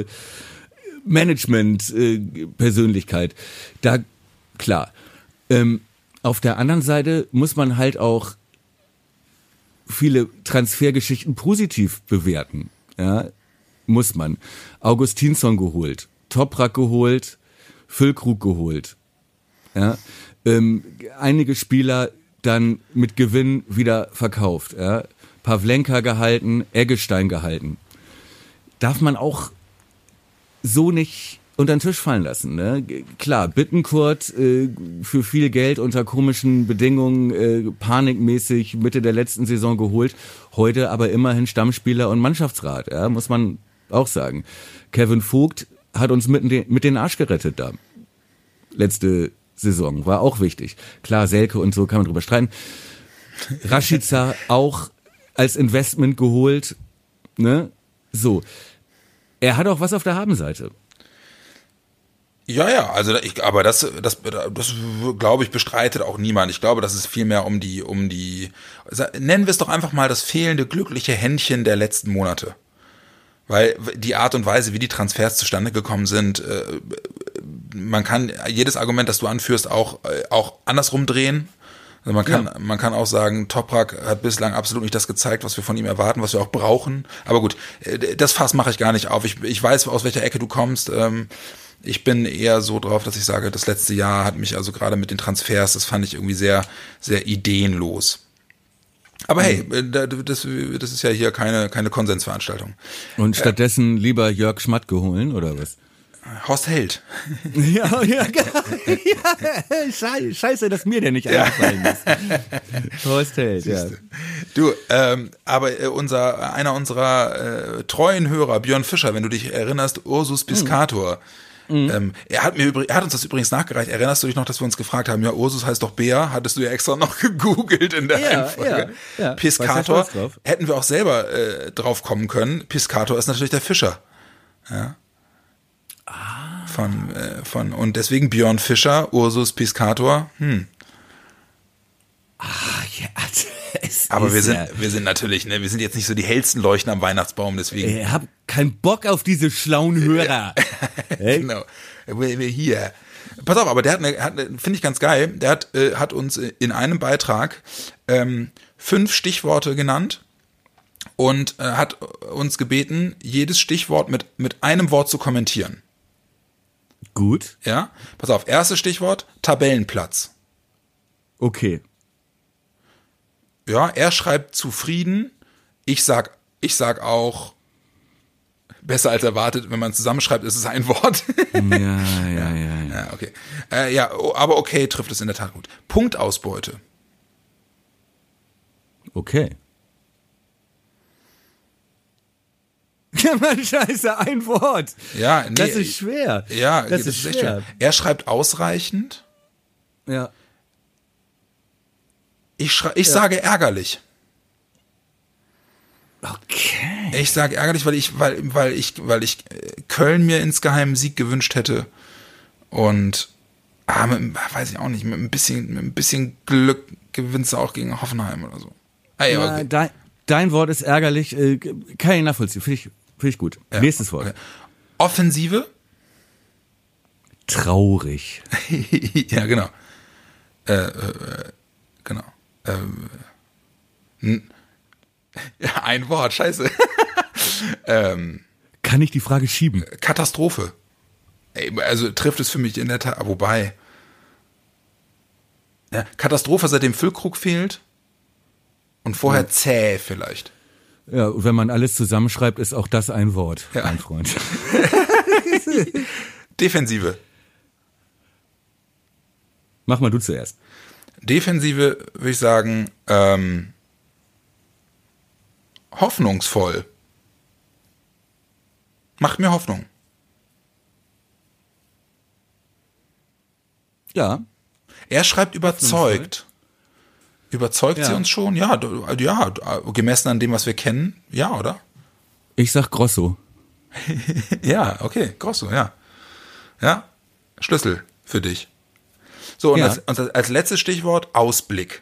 Speaker 3: Management-Persönlichkeit. Da, klar. Ähm, auf der anderen Seite muss man halt auch viele Transfergeschichten positiv bewerten, ja, muss man. Augustinsson geholt, Toprak geholt, Füllkrug geholt, ja, ähm, einige Spieler dann mit Gewinn wieder verkauft, ja. Pavlenka gehalten, Eggestein gehalten. Darf man auch so nicht unter den Tisch fallen lassen. Ne? Klar, Bittencourt äh, für viel Geld unter komischen Bedingungen, äh, panikmäßig Mitte der letzten Saison geholt, heute aber immerhin Stammspieler und Mannschaftsrat, ja, muss man auch sagen. Kevin Vogt hat uns mit den, mit den Arsch gerettet da. Letzte Saison, war auch wichtig. Klar, Selke und so kann man drüber streiten. Rashica auch als Investment geholt, ne? So. Er hat auch was auf der Habenseite.
Speaker 2: Ja, ja, also ich, aber das, das, das glaube ich, bestreitet auch niemand. Ich glaube, das ist vielmehr um die, um die, nennen wir es doch einfach mal das fehlende glückliche Händchen der letzten Monate. Weil die Art und Weise, wie die Transfers zustande gekommen sind, man kann jedes Argument, das du anführst, auch, auch andersrum drehen. Also man kann, ja. man kann auch sagen, Toprak hat bislang absolut nicht das gezeigt, was wir von ihm erwarten, was wir auch brauchen. Aber gut, das Fass mache ich gar nicht auf. Ich, ich weiß, aus welcher Ecke du kommst. Ich bin eher so drauf, dass ich sage, das letzte Jahr hat mich also gerade mit den Transfers, das fand ich irgendwie sehr, sehr ideenlos. Aber hey, das, das ist ja hier keine, keine Konsensveranstaltung.
Speaker 3: Und stattdessen lieber Jörg Schmatt geholen, oder was?
Speaker 2: Horst Held.
Speaker 3: Ja, ja, ja, scheiße, dass mir der nicht eingefallen ist. Horst Held, ja.
Speaker 2: Du, ähm, aber äh, unser, einer unserer äh, treuen Hörer, Björn Fischer, wenn du dich erinnerst, Ursus Piscator, Mhm. Ähm, er hat mir übrig, er hat uns das übrigens nachgereicht. Erinnerst du dich noch, dass wir uns gefragt haben, ja, Ursus heißt doch Bär, hattest du ja extra noch gegoogelt in der
Speaker 3: ja,
Speaker 2: Reihenfolge.
Speaker 3: Ja, ja.
Speaker 2: Piscator, hätten wir auch selber äh, drauf kommen können. Piscator ist natürlich der Fischer. Ja.
Speaker 3: Ah.
Speaker 2: Von, äh, von, und deswegen Björn Fischer, Ursus Piscator, hm.
Speaker 3: Ah, ja, es
Speaker 2: aber
Speaker 3: ist
Speaker 2: wir sind,
Speaker 3: ja,
Speaker 2: wir sind natürlich, ne, wir sind jetzt nicht so die hellsten Leuchten am Weihnachtsbaum, deswegen.
Speaker 3: Ich hab keinen Bock auf diese schlauen Hörer.
Speaker 2: Genau. Wir, wir hier. Pass auf, aber der hat, eine, hat finde ich ganz geil, der hat, äh, hat uns in einem Beitrag ähm, fünf Stichworte genannt und äh, hat uns gebeten, jedes Stichwort mit, mit einem Wort zu kommentieren.
Speaker 3: Gut.
Speaker 2: Ja, pass auf, erstes Stichwort, Tabellenplatz.
Speaker 3: Okay.
Speaker 2: Ja, er schreibt zufrieden, ich sag, ich sag auch besser als erwartet, wenn man zusammenschreibt, ist es ein Wort.
Speaker 3: Ja, ja, ja, ja.
Speaker 2: Ja, okay. Äh, ja, aber okay, trifft es in der Tat gut. Punktausbeute.
Speaker 3: Okay. Ja, Mann, scheiße, ein Wort.
Speaker 2: Ja, nee,
Speaker 3: das ist schwer.
Speaker 2: Ja,
Speaker 3: das,
Speaker 2: das
Speaker 3: ist,
Speaker 2: ist
Speaker 3: schwer.
Speaker 2: echt schwer. Er schreibt ausreichend.
Speaker 3: Ja.
Speaker 2: Ich, schrei ich
Speaker 3: ja.
Speaker 2: sage ärgerlich.
Speaker 3: Okay.
Speaker 2: Ich sage ärgerlich, weil ich, weil, weil ich, weil ich Köln mir insgeheim einen Sieg gewünscht hätte. Und ah, mit, weiß ich auch nicht, mit ein bisschen, mit ein bisschen Glück gewinnst du auch gegen Hoffenheim oder so. Ah, ja, okay.
Speaker 3: ja, dein, dein Wort ist ärgerlich, äh, kann ich nachvollziehen. Finde ich, find ich gut.
Speaker 2: Ja,
Speaker 3: Nächstes Wort.
Speaker 2: Okay. Offensive.
Speaker 3: Traurig.
Speaker 2: Ja, genau. Äh, äh, genau. Ähm, ja, ein Wort, scheiße. ähm,
Speaker 3: Kann ich die Frage schieben?
Speaker 2: Katastrophe. Ey, also trifft es für mich in der Tat, wobei. Ja, Katastrophe, seitdem Füllkrug fehlt. Und vorher ja. zäh vielleicht.
Speaker 3: Ja, wenn man alles zusammenschreibt, ist auch das ein Wort,
Speaker 2: ja.
Speaker 3: mein Freund.
Speaker 2: Defensive.
Speaker 3: Mach mal du zuerst.
Speaker 2: Defensive würde ich sagen, ähm, hoffnungsvoll. Macht mir Hoffnung.
Speaker 3: Ja.
Speaker 2: Er schreibt überzeugt. Überzeugt
Speaker 3: ja.
Speaker 2: sie uns schon? Ja, ja, gemessen an dem, was wir kennen. Ja, oder?
Speaker 3: Ich sag Grosso.
Speaker 2: Ja, okay, Grosso, ja. Ja, Schlüssel für dich. So, und, ja. als, und als letztes Stichwort Ausblick.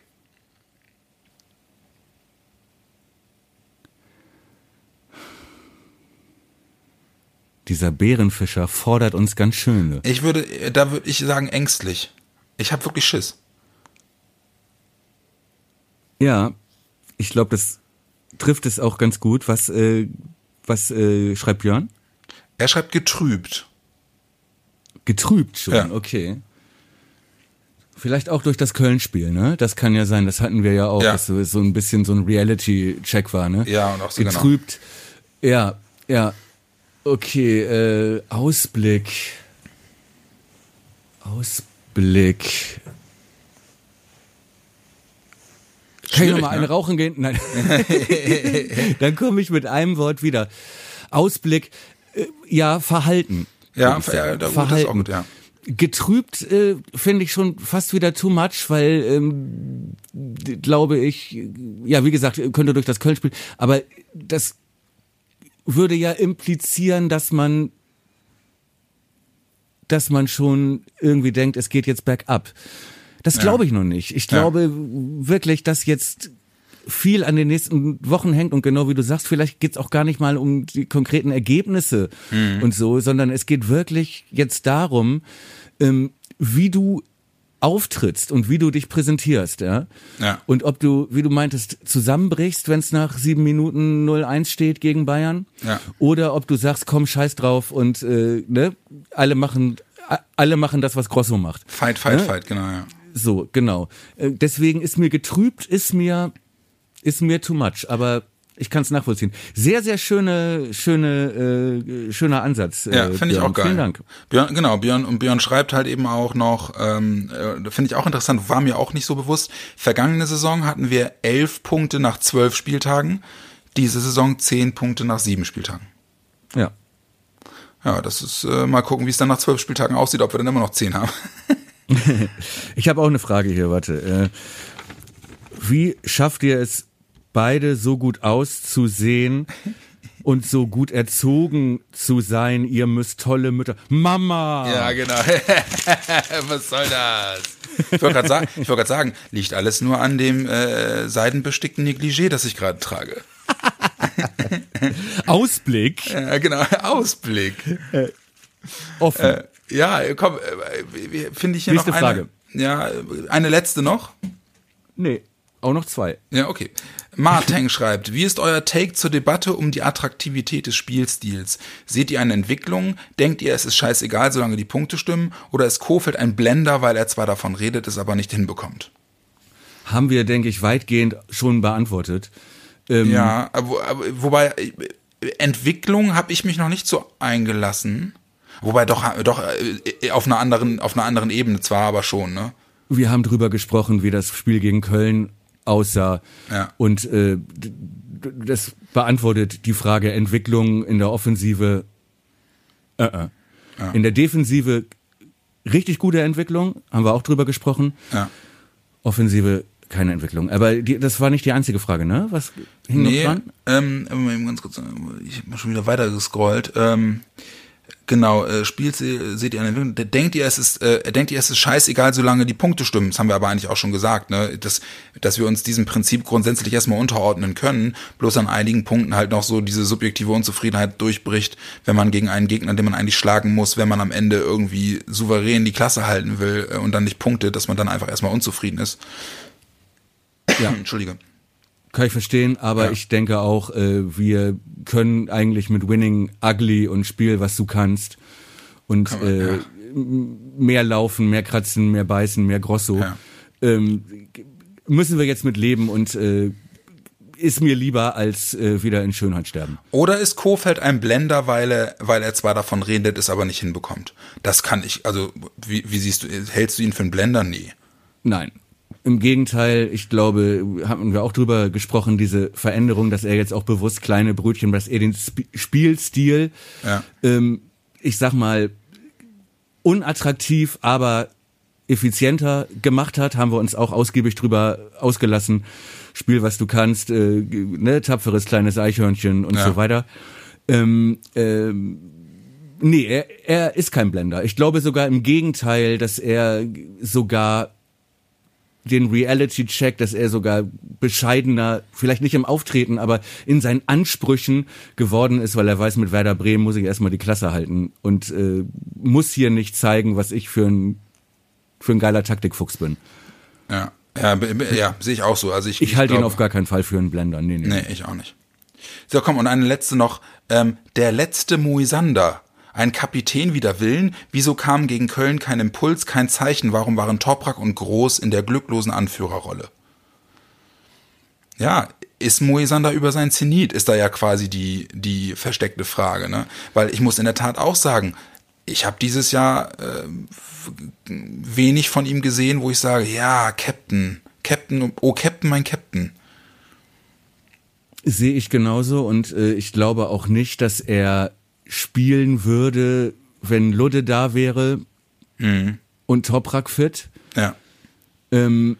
Speaker 3: Dieser Bärenfischer fordert uns ganz schön. Ne?
Speaker 2: Ich würde, da würde ich sagen ängstlich. Ich habe wirklich Schiss.
Speaker 3: Ja, ich glaube, das trifft es auch ganz gut. Was, äh, was äh, schreibt Björn?
Speaker 2: Er schreibt getrübt.
Speaker 3: Getrübt schon, ja. Okay. Vielleicht auch durch das Köln-Spiel, ne? Das kann ja sein, das hatten wir ja auch, ja. dass so, so ein bisschen so ein Reality-Check war, ne?
Speaker 2: Ja, und auch so
Speaker 3: getrübt. Genau. Ja, ja. Okay, äh, Ausblick. Ausblick. Kann ich noch mal eine ne? rauchen gehen? Nein. Dann komme ich mit einem Wort wieder. Ausblick, äh, ja, Verhalten.
Speaker 2: Ja, ver da, Verhalten. Das ist auch gut, ja.
Speaker 3: Getrübt äh, finde ich schon fast wieder too much, weil, ähm, glaube ich, ja, wie gesagt, könnte durch das Köln-Spiel, aber das würde ja implizieren, dass man, dass man schon irgendwie denkt, es geht jetzt bergab. Das glaube ja. ich noch nicht. Ich glaube ja. wirklich, dass jetzt viel an den nächsten Wochen hängt und genau wie du sagst, vielleicht geht's auch gar nicht mal um die konkreten Ergebnisse mhm. und so, sondern es geht wirklich jetzt darum, ähm, wie du auftrittst und wie du dich präsentierst, ja?
Speaker 2: Ja.
Speaker 3: Und ob du, wie du meintest, zusammenbrichst, wenn es nach sieben Minuten null eins steht gegen Bayern,
Speaker 2: ja.
Speaker 3: oder ob du sagst, komm, scheiß drauf und äh, ne, alle machen, alle machen das, was Grosso macht.
Speaker 2: Fight, fight,
Speaker 3: ne?
Speaker 2: fight, genau, ja.
Speaker 3: So, genau. Äh, deswegen ist mir getrübt, ist mir ist mir too much, aber ich kann es nachvollziehen. Sehr, sehr schöne, schöne, äh, schöner Ansatz. Äh,
Speaker 2: ja, finde ich auch geil.
Speaker 3: Vielen Dank.
Speaker 2: Björn, genau, Björn, und Björn schreibt halt eben auch noch, ähm, äh, finde ich auch interessant, war mir auch nicht so bewusst. Vergangene Saison hatten wir elf Punkte nach zwölf Spieltagen, diese Saison zehn Punkte nach sieben Spieltagen.
Speaker 3: Ja.
Speaker 2: Ja, das ist äh, mal gucken, wie es dann nach zwölf Spieltagen aussieht, ob wir dann immer noch zehn haben.
Speaker 3: Ich habe auch eine Frage hier, warte. Äh, wie schafft ihr es, beide so gut auszusehen und so gut erzogen zu sein? Ihr müsst tolle Mütter... Mama!
Speaker 2: Ja, genau. Was soll das? Ich wollte gerade sagen, ich wollte gerade sagen, liegt alles nur an dem äh, seidenbestickten Negligé, das ich gerade trage.
Speaker 3: Ausblick.
Speaker 2: Ja, genau, Ausblick.
Speaker 3: Äh, offen.
Speaker 2: Äh, ja, komm, äh, finde ich hier
Speaker 3: Nächste
Speaker 2: noch eine.
Speaker 3: Frage.
Speaker 2: Ja, eine letzte noch.
Speaker 3: Nee, auch noch zwei.
Speaker 2: Ja, okay. Marteng schreibt, wie ist euer Take zur Debatte um die Attraktivität des Spielstils? Seht ihr eine Entwicklung? Denkt ihr, es ist scheißegal, solange die Punkte stimmen? Oder ist Kohfeldt ein Blender, weil er zwar davon redet, es aber nicht hinbekommt?
Speaker 3: Haben wir, denke ich, weitgehend schon beantwortet. Ähm,
Speaker 2: ja, wo, wobei Entwicklung habe ich mich noch nicht so eingelassen. Wobei doch doch auf einer anderen auf einer anderen Ebene zwar, aber schon, ne?
Speaker 3: Wir haben drüber gesprochen, wie das Spiel gegen Köln aussah.
Speaker 2: Ja.
Speaker 3: Und äh, das beantwortet die Frage Entwicklung in der Offensive. Äh, äh.
Speaker 2: Ja.
Speaker 3: In der Defensive richtig gute Entwicklung, haben wir auch drüber gesprochen.
Speaker 2: Ja.
Speaker 3: Offensive keine Entwicklung. Aber die, das war nicht die einzige Frage, ne? Was hing
Speaker 2: nee,
Speaker 3: noch dran?
Speaker 2: Ähm, ganz kurz, ich habe schon wieder weiter gescrollt. Ähm, genau, äh, spielt seht ihr eine Entwicklung? Denkt ihr, es ist, äh, denkt ihr, es ist scheißegal, solange die Punkte stimmen? Das haben wir aber eigentlich auch schon gesagt, ne? Dass, dass wir uns diesem Prinzip grundsätzlich erstmal unterordnen können, bloß an einigen Punkten halt noch so diese subjektive Unzufriedenheit durchbricht, wenn man gegen einen Gegner, den man eigentlich schlagen muss, wenn man am Ende irgendwie souverän die Klasse halten will äh, und dann nicht punktet, dass man dann einfach erstmal unzufrieden ist.
Speaker 3: Ja.
Speaker 2: Entschuldige.
Speaker 3: Kann ich verstehen, aber
Speaker 2: Ja.
Speaker 3: ich denke auch, äh, wir können eigentlich mit Winning Ugly und Spiel, was du kannst und
Speaker 2: Kann man,
Speaker 3: äh,
Speaker 2: ja.
Speaker 3: mehr laufen, mehr kratzen, mehr beißen, mehr Grosso,
Speaker 2: Ja.
Speaker 3: ähm, müssen wir jetzt mit leben und äh, ist mir lieber als äh, wieder in Schönheit sterben.
Speaker 2: Oder ist Kohfeldt ein Blender, weil er, weil er zwar davon redet, es aber nicht hinbekommt? Das kann ich, also wie, wie siehst du, hältst du ihn für einen Blender? Nee.
Speaker 3: Nein. Im Gegenteil, ich glaube, haben wir auch drüber gesprochen, diese Veränderung, dass er jetzt auch bewusst kleine Brötchen, dass er den Sp- Spielstil,
Speaker 2: Ja.
Speaker 3: ähm, ich sag mal, unattraktiv, aber effizienter gemacht hat, haben wir uns auch ausgiebig drüber ausgelassen. Spiel, was du kannst, äh, ne, tapferes kleines Eichhörnchen und
Speaker 2: Ja.
Speaker 3: so weiter. Ähm, ähm, nee, er, er ist kein Blender. Ich glaube sogar im Gegenteil, dass er sogar den Reality-Check, dass er sogar bescheidener, vielleicht nicht im Auftreten, aber in seinen Ansprüchen geworden ist, weil er weiß, mit Werder Bremen muss ich erstmal die Klasse halten und äh, muss hier nicht zeigen, was ich für ein für ein geiler Taktikfuchs bin.
Speaker 2: Ja, ja, b- b- ja sehe ich auch so. Also ich,
Speaker 3: Ich, ich halte ihn
Speaker 2: glaube-
Speaker 3: auf gar keinen Fall für einen Blender. Nee, nee.
Speaker 2: Nee, ich auch nicht. So, komm, und eine letzte noch. Ähm, der letzte Moisander. Ein Kapitän wider Willen. Wieso kam gegen Köln kein Impuls, kein Zeichen? Warum waren Toprak und Groß in der glücklosen Anführerrolle? Ja, ist Moisander über sein Zenit? Ist da ja quasi die, die versteckte Frage, ne? Weil ich muss in der Tat auch sagen, ich habe dieses Jahr äh, wenig von ihm gesehen, wo ich sage, ja, Captain, Captain, oh Captain, mein Captain.
Speaker 3: Sehe ich genauso und äh, ich glaube auch nicht, dass er spielen würde, wenn Ludde da wäre
Speaker 2: Mhm.
Speaker 3: und Toprak fit.
Speaker 2: Ja.
Speaker 3: Ähm,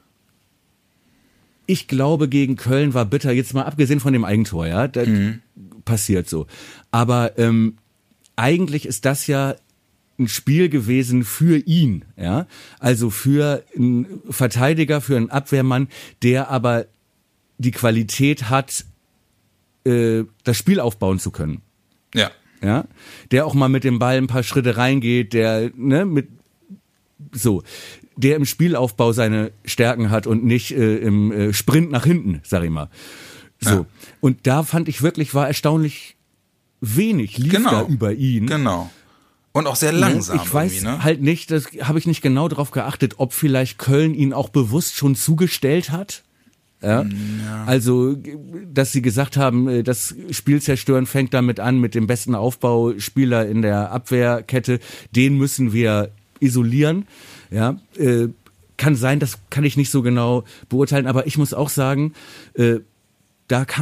Speaker 3: ich glaube, gegen Köln war bitter, jetzt mal abgesehen von dem Eigentor, ja, das
Speaker 2: Mhm.
Speaker 3: passiert so. Aber ähm, eigentlich ist das ja ein Spiel gewesen für ihn, ja, also für einen Verteidiger, für einen Abwehrmann, der aber die Qualität hat, äh, das Spiel aufbauen zu können.
Speaker 2: Ja.
Speaker 3: Ja, der auch mal mit dem Ball ein paar Schritte reingeht, der, ne, mit, so, der im Spielaufbau seine Stärken hat und nicht äh, im äh, Sprint nach hinten, sag ich mal. So.
Speaker 2: Ja.
Speaker 3: Und da fand ich wirklich, war erstaunlich wenig, lief
Speaker 2: Genau.
Speaker 3: da über ihn.
Speaker 2: Genau. Und auch sehr langsam.
Speaker 3: Ich weiß
Speaker 2: irgendwie, ne?
Speaker 3: halt nicht, das habe ich nicht genau darauf geachtet, ob vielleicht Köln ihn auch bewusst schon zugestellt hat. Ja?
Speaker 2: Ja.
Speaker 3: Also, dass sie gesagt haben, das Spiel zerstören fängt damit an, mit dem besten Aufbauspieler in der Abwehrkette, den müssen wir isolieren. Ja, äh, kann sein, das kann ich nicht so genau beurteilen, aber ich muss auch sagen, äh, da kam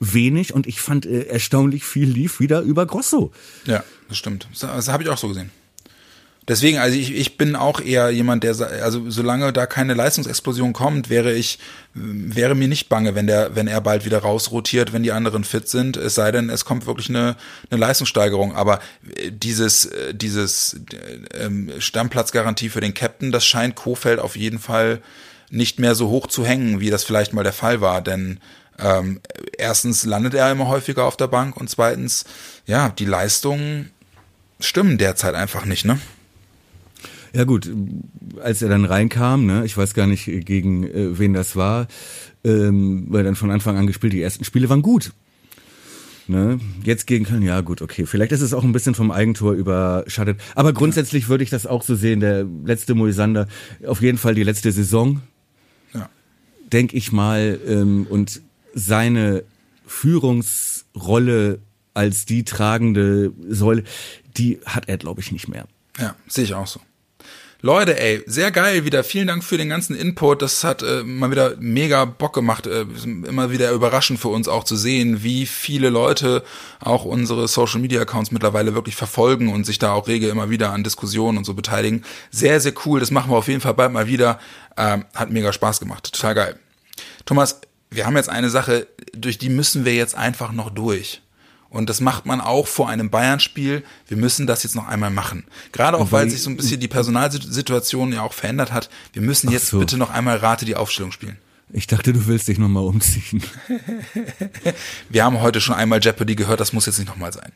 Speaker 3: wenig und ich fand äh, erstaunlich viel lief wieder über Grosso.
Speaker 2: Ja, das stimmt. Das, das habe ich auch so gesehen. Deswegen, also ich, ich bin auch eher jemand, der, also solange da keine Leistungsexplosion kommt, wäre ich, wäre mir nicht bange, wenn der, wenn er bald wieder rausrotiert, wenn die anderen fit sind, es sei denn, es kommt wirklich eine, eine Leistungssteigerung. Aber dieses, dieses ähm, Stammplatzgarantie für den Captain, das scheint Kohfeldt auf jeden Fall nicht mehr so hoch zu hängen, wie das vielleicht mal der Fall war, denn ähm, erstens landet er immer häufiger auf der Bank und zweitens, ja, die Leistungen stimmen derzeit einfach nicht, ne?
Speaker 3: Ja gut, als er dann reinkam, ne, ich weiß gar nicht, gegen äh, wen das war, ähm, weil dann von Anfang an gespielt, die ersten Spiele waren gut. Ne? Jetzt gegen Köln, ja gut, okay, vielleicht ist es auch ein bisschen vom Eigentor überschattet, aber grundsätzlich würde ich das auch so sehen, der letzte Moisander, auf jeden Fall die letzte Saison, ja. denke ich mal, ähm, und seine Führungsrolle als die tragende Säule, die hat er, glaube ich, nicht mehr.
Speaker 2: Ja, sehe ich auch so. Leute, ey, sehr geil wieder. Vielen Dank für den ganzen Input. Das hat äh, mal wieder mega Bock gemacht. Äh, immer wieder überraschend für uns auch zu sehen, wie viele Leute auch unsere Social-Media-Accounts mittlerweile wirklich verfolgen und sich da auch rege immer wieder an Diskussionen und so beteiligen. Sehr, sehr cool. Das machen wir auf jeden Fall bald mal wieder. Ähm, hat mega Spaß gemacht. Total geil. Thomas, wir haben jetzt eine Sache, durch die müssen wir jetzt einfach noch durch. Und das macht man auch vor einem Bayern-Spiel. Wir müssen das jetzt noch einmal machen. Gerade auch, weil sich so ein bisschen die Personalsituation ja auch verändert hat. Wir müssen jetzt so. bitte noch einmal Rate die Aufstellung spielen.
Speaker 3: Ich dachte, du willst dich nochmal umziehen.
Speaker 2: Wir haben heute schon einmal Jeopardy gehört, das muss jetzt nicht nochmal sein.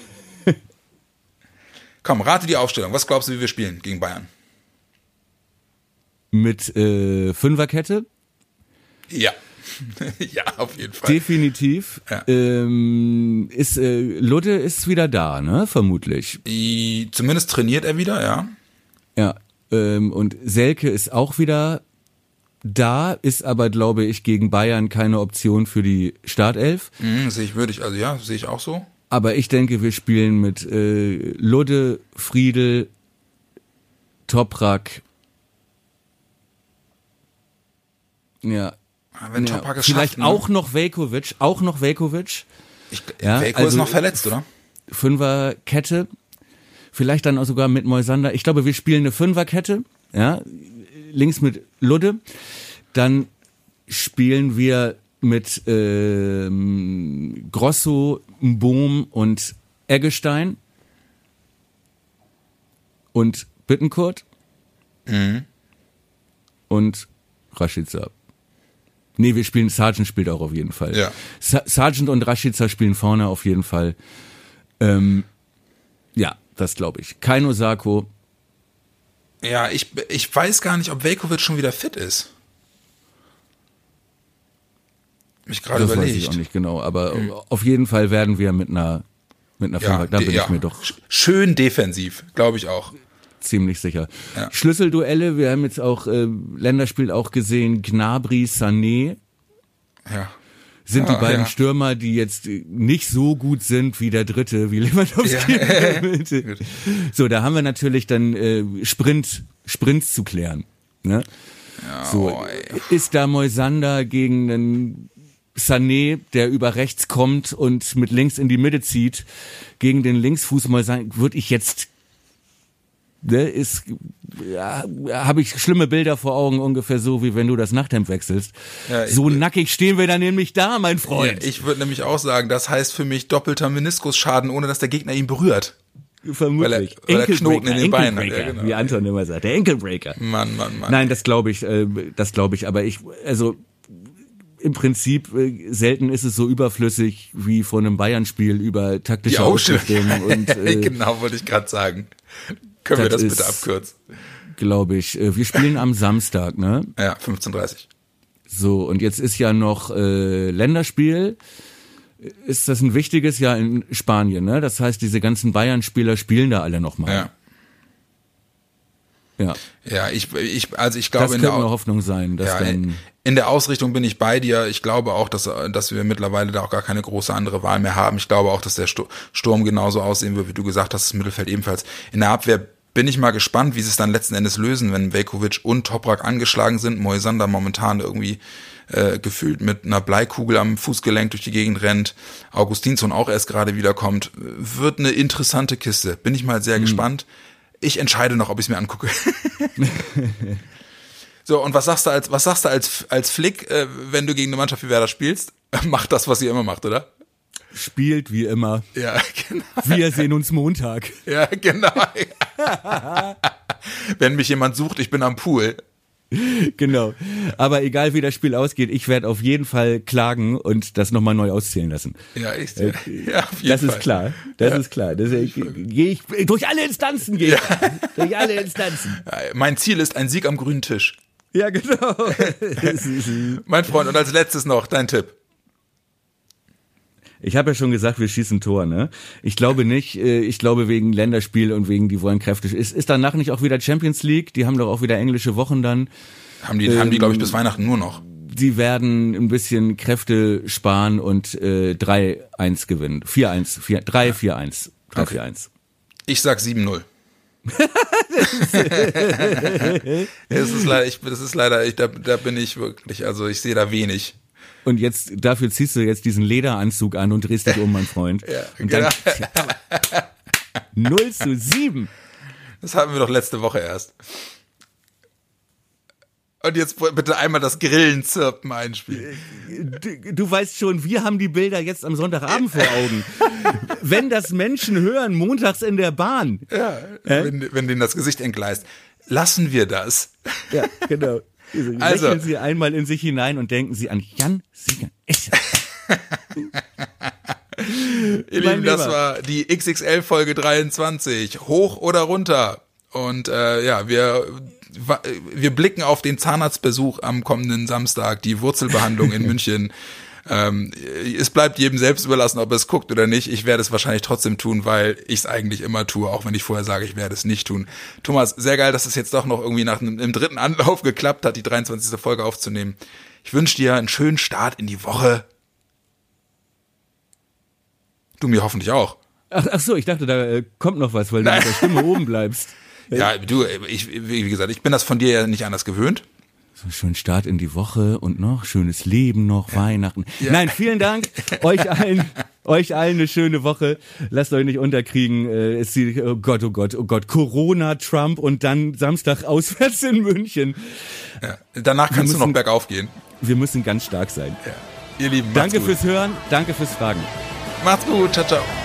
Speaker 2: Komm, rate die Aufstellung. Was glaubst du, wie wir spielen gegen Bayern?
Speaker 3: Mit äh, Fünferkette?
Speaker 2: Ja. Ja, auf jeden Fall.
Speaker 3: Definitiv. Ja. Ähm, ist äh, Ludde ist wieder da, ne? Vermutlich.
Speaker 2: I, zumindest trainiert er wieder, ja.
Speaker 3: Ja. Ähm, und Selke ist auch wieder da, ist aber, glaube ich, gegen Bayern keine Option für die Startelf.
Speaker 2: Mhm, sehe ich würdig, also ja, sehe ich auch so.
Speaker 3: Aber ich denke, wir spielen mit äh, Ludde, Friedel, Toprak. Ja.
Speaker 2: Wenn
Speaker 3: ja,
Speaker 2: Toprak es
Speaker 3: vielleicht
Speaker 2: schafft, ne?
Speaker 3: auch noch Veljković, auch noch Veljković.
Speaker 2: Ich, ja, Veljko also ist noch verletzt, oder?
Speaker 3: Fünferkette, vielleicht dann auch sogar mit Moisander. Ich glaube, wir spielen eine Fünferkette, ja, links mit Ludde. Dann spielen wir mit ähm, Grosso, Bohm und Eggestein und Bittencourt
Speaker 2: mhm.
Speaker 3: und Rashica. Nee, wir spielen, Sargent spielt auch auf jeden Fall.
Speaker 2: Ja.
Speaker 3: Sa- Sargent und Rashica spielen vorne auf jeden Fall. Ähm, ja, das glaube ich. Kein Osako.
Speaker 2: Ja, ich, ich weiß gar nicht, ob Veljković schon wieder fit ist. Mich gerade
Speaker 3: das
Speaker 2: überlegt.
Speaker 3: weiß ich auch nicht genau, aber mhm. auf jeden Fall werden wir mit einer mit einer
Speaker 2: ja,
Speaker 3: Fünfer, da bin
Speaker 2: ja.
Speaker 3: ich mir doch
Speaker 2: schön defensiv, glaube ich auch.
Speaker 3: Ziemlich sicher.
Speaker 2: Ja.
Speaker 3: Schlüsselduelle, wir haben jetzt auch äh, Länderspiel auch gesehen, Gnabry, Sané.
Speaker 2: Ja.
Speaker 3: Sind
Speaker 2: ja,
Speaker 3: die beiden
Speaker 2: ja.
Speaker 3: Stürmer, die jetzt nicht so gut sind wie der dritte, wie Lewandowski. Ja. So, da haben wir natürlich dann äh, Sprint, Sprints zu klären. Ne?
Speaker 2: Ja,
Speaker 3: so,
Speaker 2: oh,
Speaker 3: ist da Moisander gegen einen Sané, der über rechts kommt und mit links in die Mitte zieht, gegen den Linksfuß Moisander, würde ich jetzt Ne, ist, ja, habe ich schlimme Bilder vor Augen, ungefähr so, wie wenn du das Nachthemd wechselst. Ja, so ich, nackig stehen wir dann nämlich da, mein Freund.
Speaker 2: Ja, ich würde nämlich auch sagen, das heißt für mich doppelter Meniskusschaden, ohne dass der Gegner ihn berührt.
Speaker 3: Vermutlich.
Speaker 2: Weil er, weil er Knoten in den Beinen hat. Ja, genau.
Speaker 3: Wie Anton immer sagt, der Enkelbreaker.
Speaker 2: Mann, Mann, Mann.
Speaker 3: Nein, das glaube ich, äh, das glaube ich, aber ich, also im Prinzip äh, selten ist es so überflüssig wie vor einem Bayern-Spiel über taktische Ausrichtung. Und äh,
Speaker 2: genau, wollte ich gerade sagen. Können wir das bitte abkürzen?
Speaker 3: Glaube ich. Wir spielen am Samstag, ne?
Speaker 2: Ja, fünfzehn Uhr dreißig.
Speaker 3: So, und jetzt ist ja noch äh, Länderspiel. Ist das ein wichtiges Jahr in Spanien, ne? Das heißt, diese ganzen Bayern-Spieler spielen da alle nochmal.
Speaker 2: Ja.
Speaker 3: Ja.
Speaker 2: Ja, ich, ich, also ich glaube,
Speaker 3: das
Speaker 2: in
Speaker 3: könnte
Speaker 2: der
Speaker 3: eine Hoffnung sein, dass
Speaker 2: ja,
Speaker 3: dann
Speaker 2: in der Ausrichtung bin ich bei dir. Ich glaube auch, dass, dass wir mittlerweile da auch gar keine große andere Wahl mehr haben. Ich glaube auch, dass der Sturm genauso aussehen wird, wie du gesagt hast, das Mittelfeld ebenfalls. In der Abwehr bin ich mal gespannt, wie sie es dann letzten Endes lösen, wenn Veljković und Toprak angeschlagen sind, Moisander momentan irgendwie äh, gefühlt mit einer Bleikugel am Fußgelenk durch die Gegend rennt, Augustinsson auch erst gerade wiederkommt, wird eine interessante Kiste. Bin ich mal sehr mhm. gespannt. Ich entscheide noch, ob ich es mir angucke. So, und was sagst du als, was sagst du als, als Flick, äh, wenn du gegen eine Mannschaft wie Werder spielst? Macht das, was ihr immer macht, oder?
Speaker 3: Spielt wie immer.
Speaker 2: Ja, genau.
Speaker 3: Wir sehen uns Montag.
Speaker 2: Ja, genau. Wenn mich jemand sucht, ich bin am Pool.
Speaker 3: Genau. Aber egal wie das Spiel ausgeht, ich werde auf jeden Fall klagen und das nochmal neu auszählen lassen.
Speaker 2: Ja, ich, ja, auf jeden
Speaker 3: das
Speaker 2: Fall.
Speaker 3: ist klar. Das ja. ist klar. Das äh, gehe ich durch alle Instanzen gehe. Ja. Durch alle Instanzen.
Speaker 2: Ja, mein Ziel ist ein Sieg am grünen Tisch.
Speaker 3: Ja, genau.
Speaker 2: Mein Freund, und als letztes noch dein Tipp.
Speaker 3: Ich habe ja schon gesagt, wir schießen Tor, ne? Ich glaube nicht, ich glaube wegen Länderspiel und wegen die wollen Kräfte. Ist, ist danach nicht auch wieder Champions League? Die haben doch auch wieder englische Wochen dann.
Speaker 2: Haben die, ähm, haben die glaube ich, bis Weihnachten nur noch.
Speaker 3: Die werden ein bisschen Kräfte sparen und äh, drei eins gewinnen. vier eins, drei vier eins. drei vier eins.
Speaker 2: Ich sag sieben null. das ist leider, ich, das ist leider, ich, da, da bin ich wirklich, also ich sehe da wenig.
Speaker 3: Und jetzt, dafür ziehst du jetzt diesen Lederanzug an und drehst dich um, mein Freund.
Speaker 2: Ja,
Speaker 3: und dann null zu sieben.
Speaker 2: Das hatten wir doch letzte Woche erst. Und jetzt bitte einmal das Grillenzirpen einspielen.
Speaker 3: Du, du weißt schon, wir haben die Bilder jetzt am Sonntagabend vor Augen. Wenn das Menschen hören, montags in der Bahn.
Speaker 2: Ja, äh? wenn, wenn denen das Gesicht entgleist. Lassen wir das.
Speaker 3: Ja, genau.
Speaker 2: Also,
Speaker 3: lächeln Sie einmal in sich hinein und denken Sie an Jan Siegert.
Speaker 2: Ihr Lieben, das war die X X L-Folge dreiundzwanzig. Hoch oder runter? Und äh, ja, wir wir blicken auf den Zahnarztbesuch am kommenden Samstag, die Wurzelbehandlung in München. Ähm, es bleibt jedem selbst überlassen, ob er es guckt oder nicht. Ich werde es wahrscheinlich trotzdem tun, weil ich es eigentlich immer tue, auch wenn ich vorher sage, ich werde es nicht tun. Thomas, sehr geil, dass es jetzt doch noch irgendwie nach einem im dritten Anlauf geklappt hat, die dreiundzwanzigste Folge aufzunehmen. Ich wünsche dir einen schönen Start in die Woche. Du mir hoffentlich auch.
Speaker 3: Ach, ach so, ich dachte, da äh, kommt noch was, weil du mit der Stimme oben bleibst.
Speaker 2: Ja, du, ich, wie gesagt, ich bin das von dir ja nicht anders gewöhnt.
Speaker 3: So schönen Start in die Woche und noch schönes Leben, noch ja. Weihnachten. Ja. Nein, vielen Dank. euch allen, euch allen eine schöne Woche. Lasst euch nicht unterkriegen. Es sieht, oh Gott, oh Gott, oh Gott, Corona, Trump und dann Samstag auswärts in München.
Speaker 2: Ja. Danach kannst müssen, du noch bergauf gehen.
Speaker 3: Wir müssen ganz stark sein.
Speaker 2: Ja. Ihr Lieben, macht's
Speaker 3: danke
Speaker 2: gut.
Speaker 3: fürs Hören, danke fürs Fragen.
Speaker 2: Macht's gut, ciao, ciao.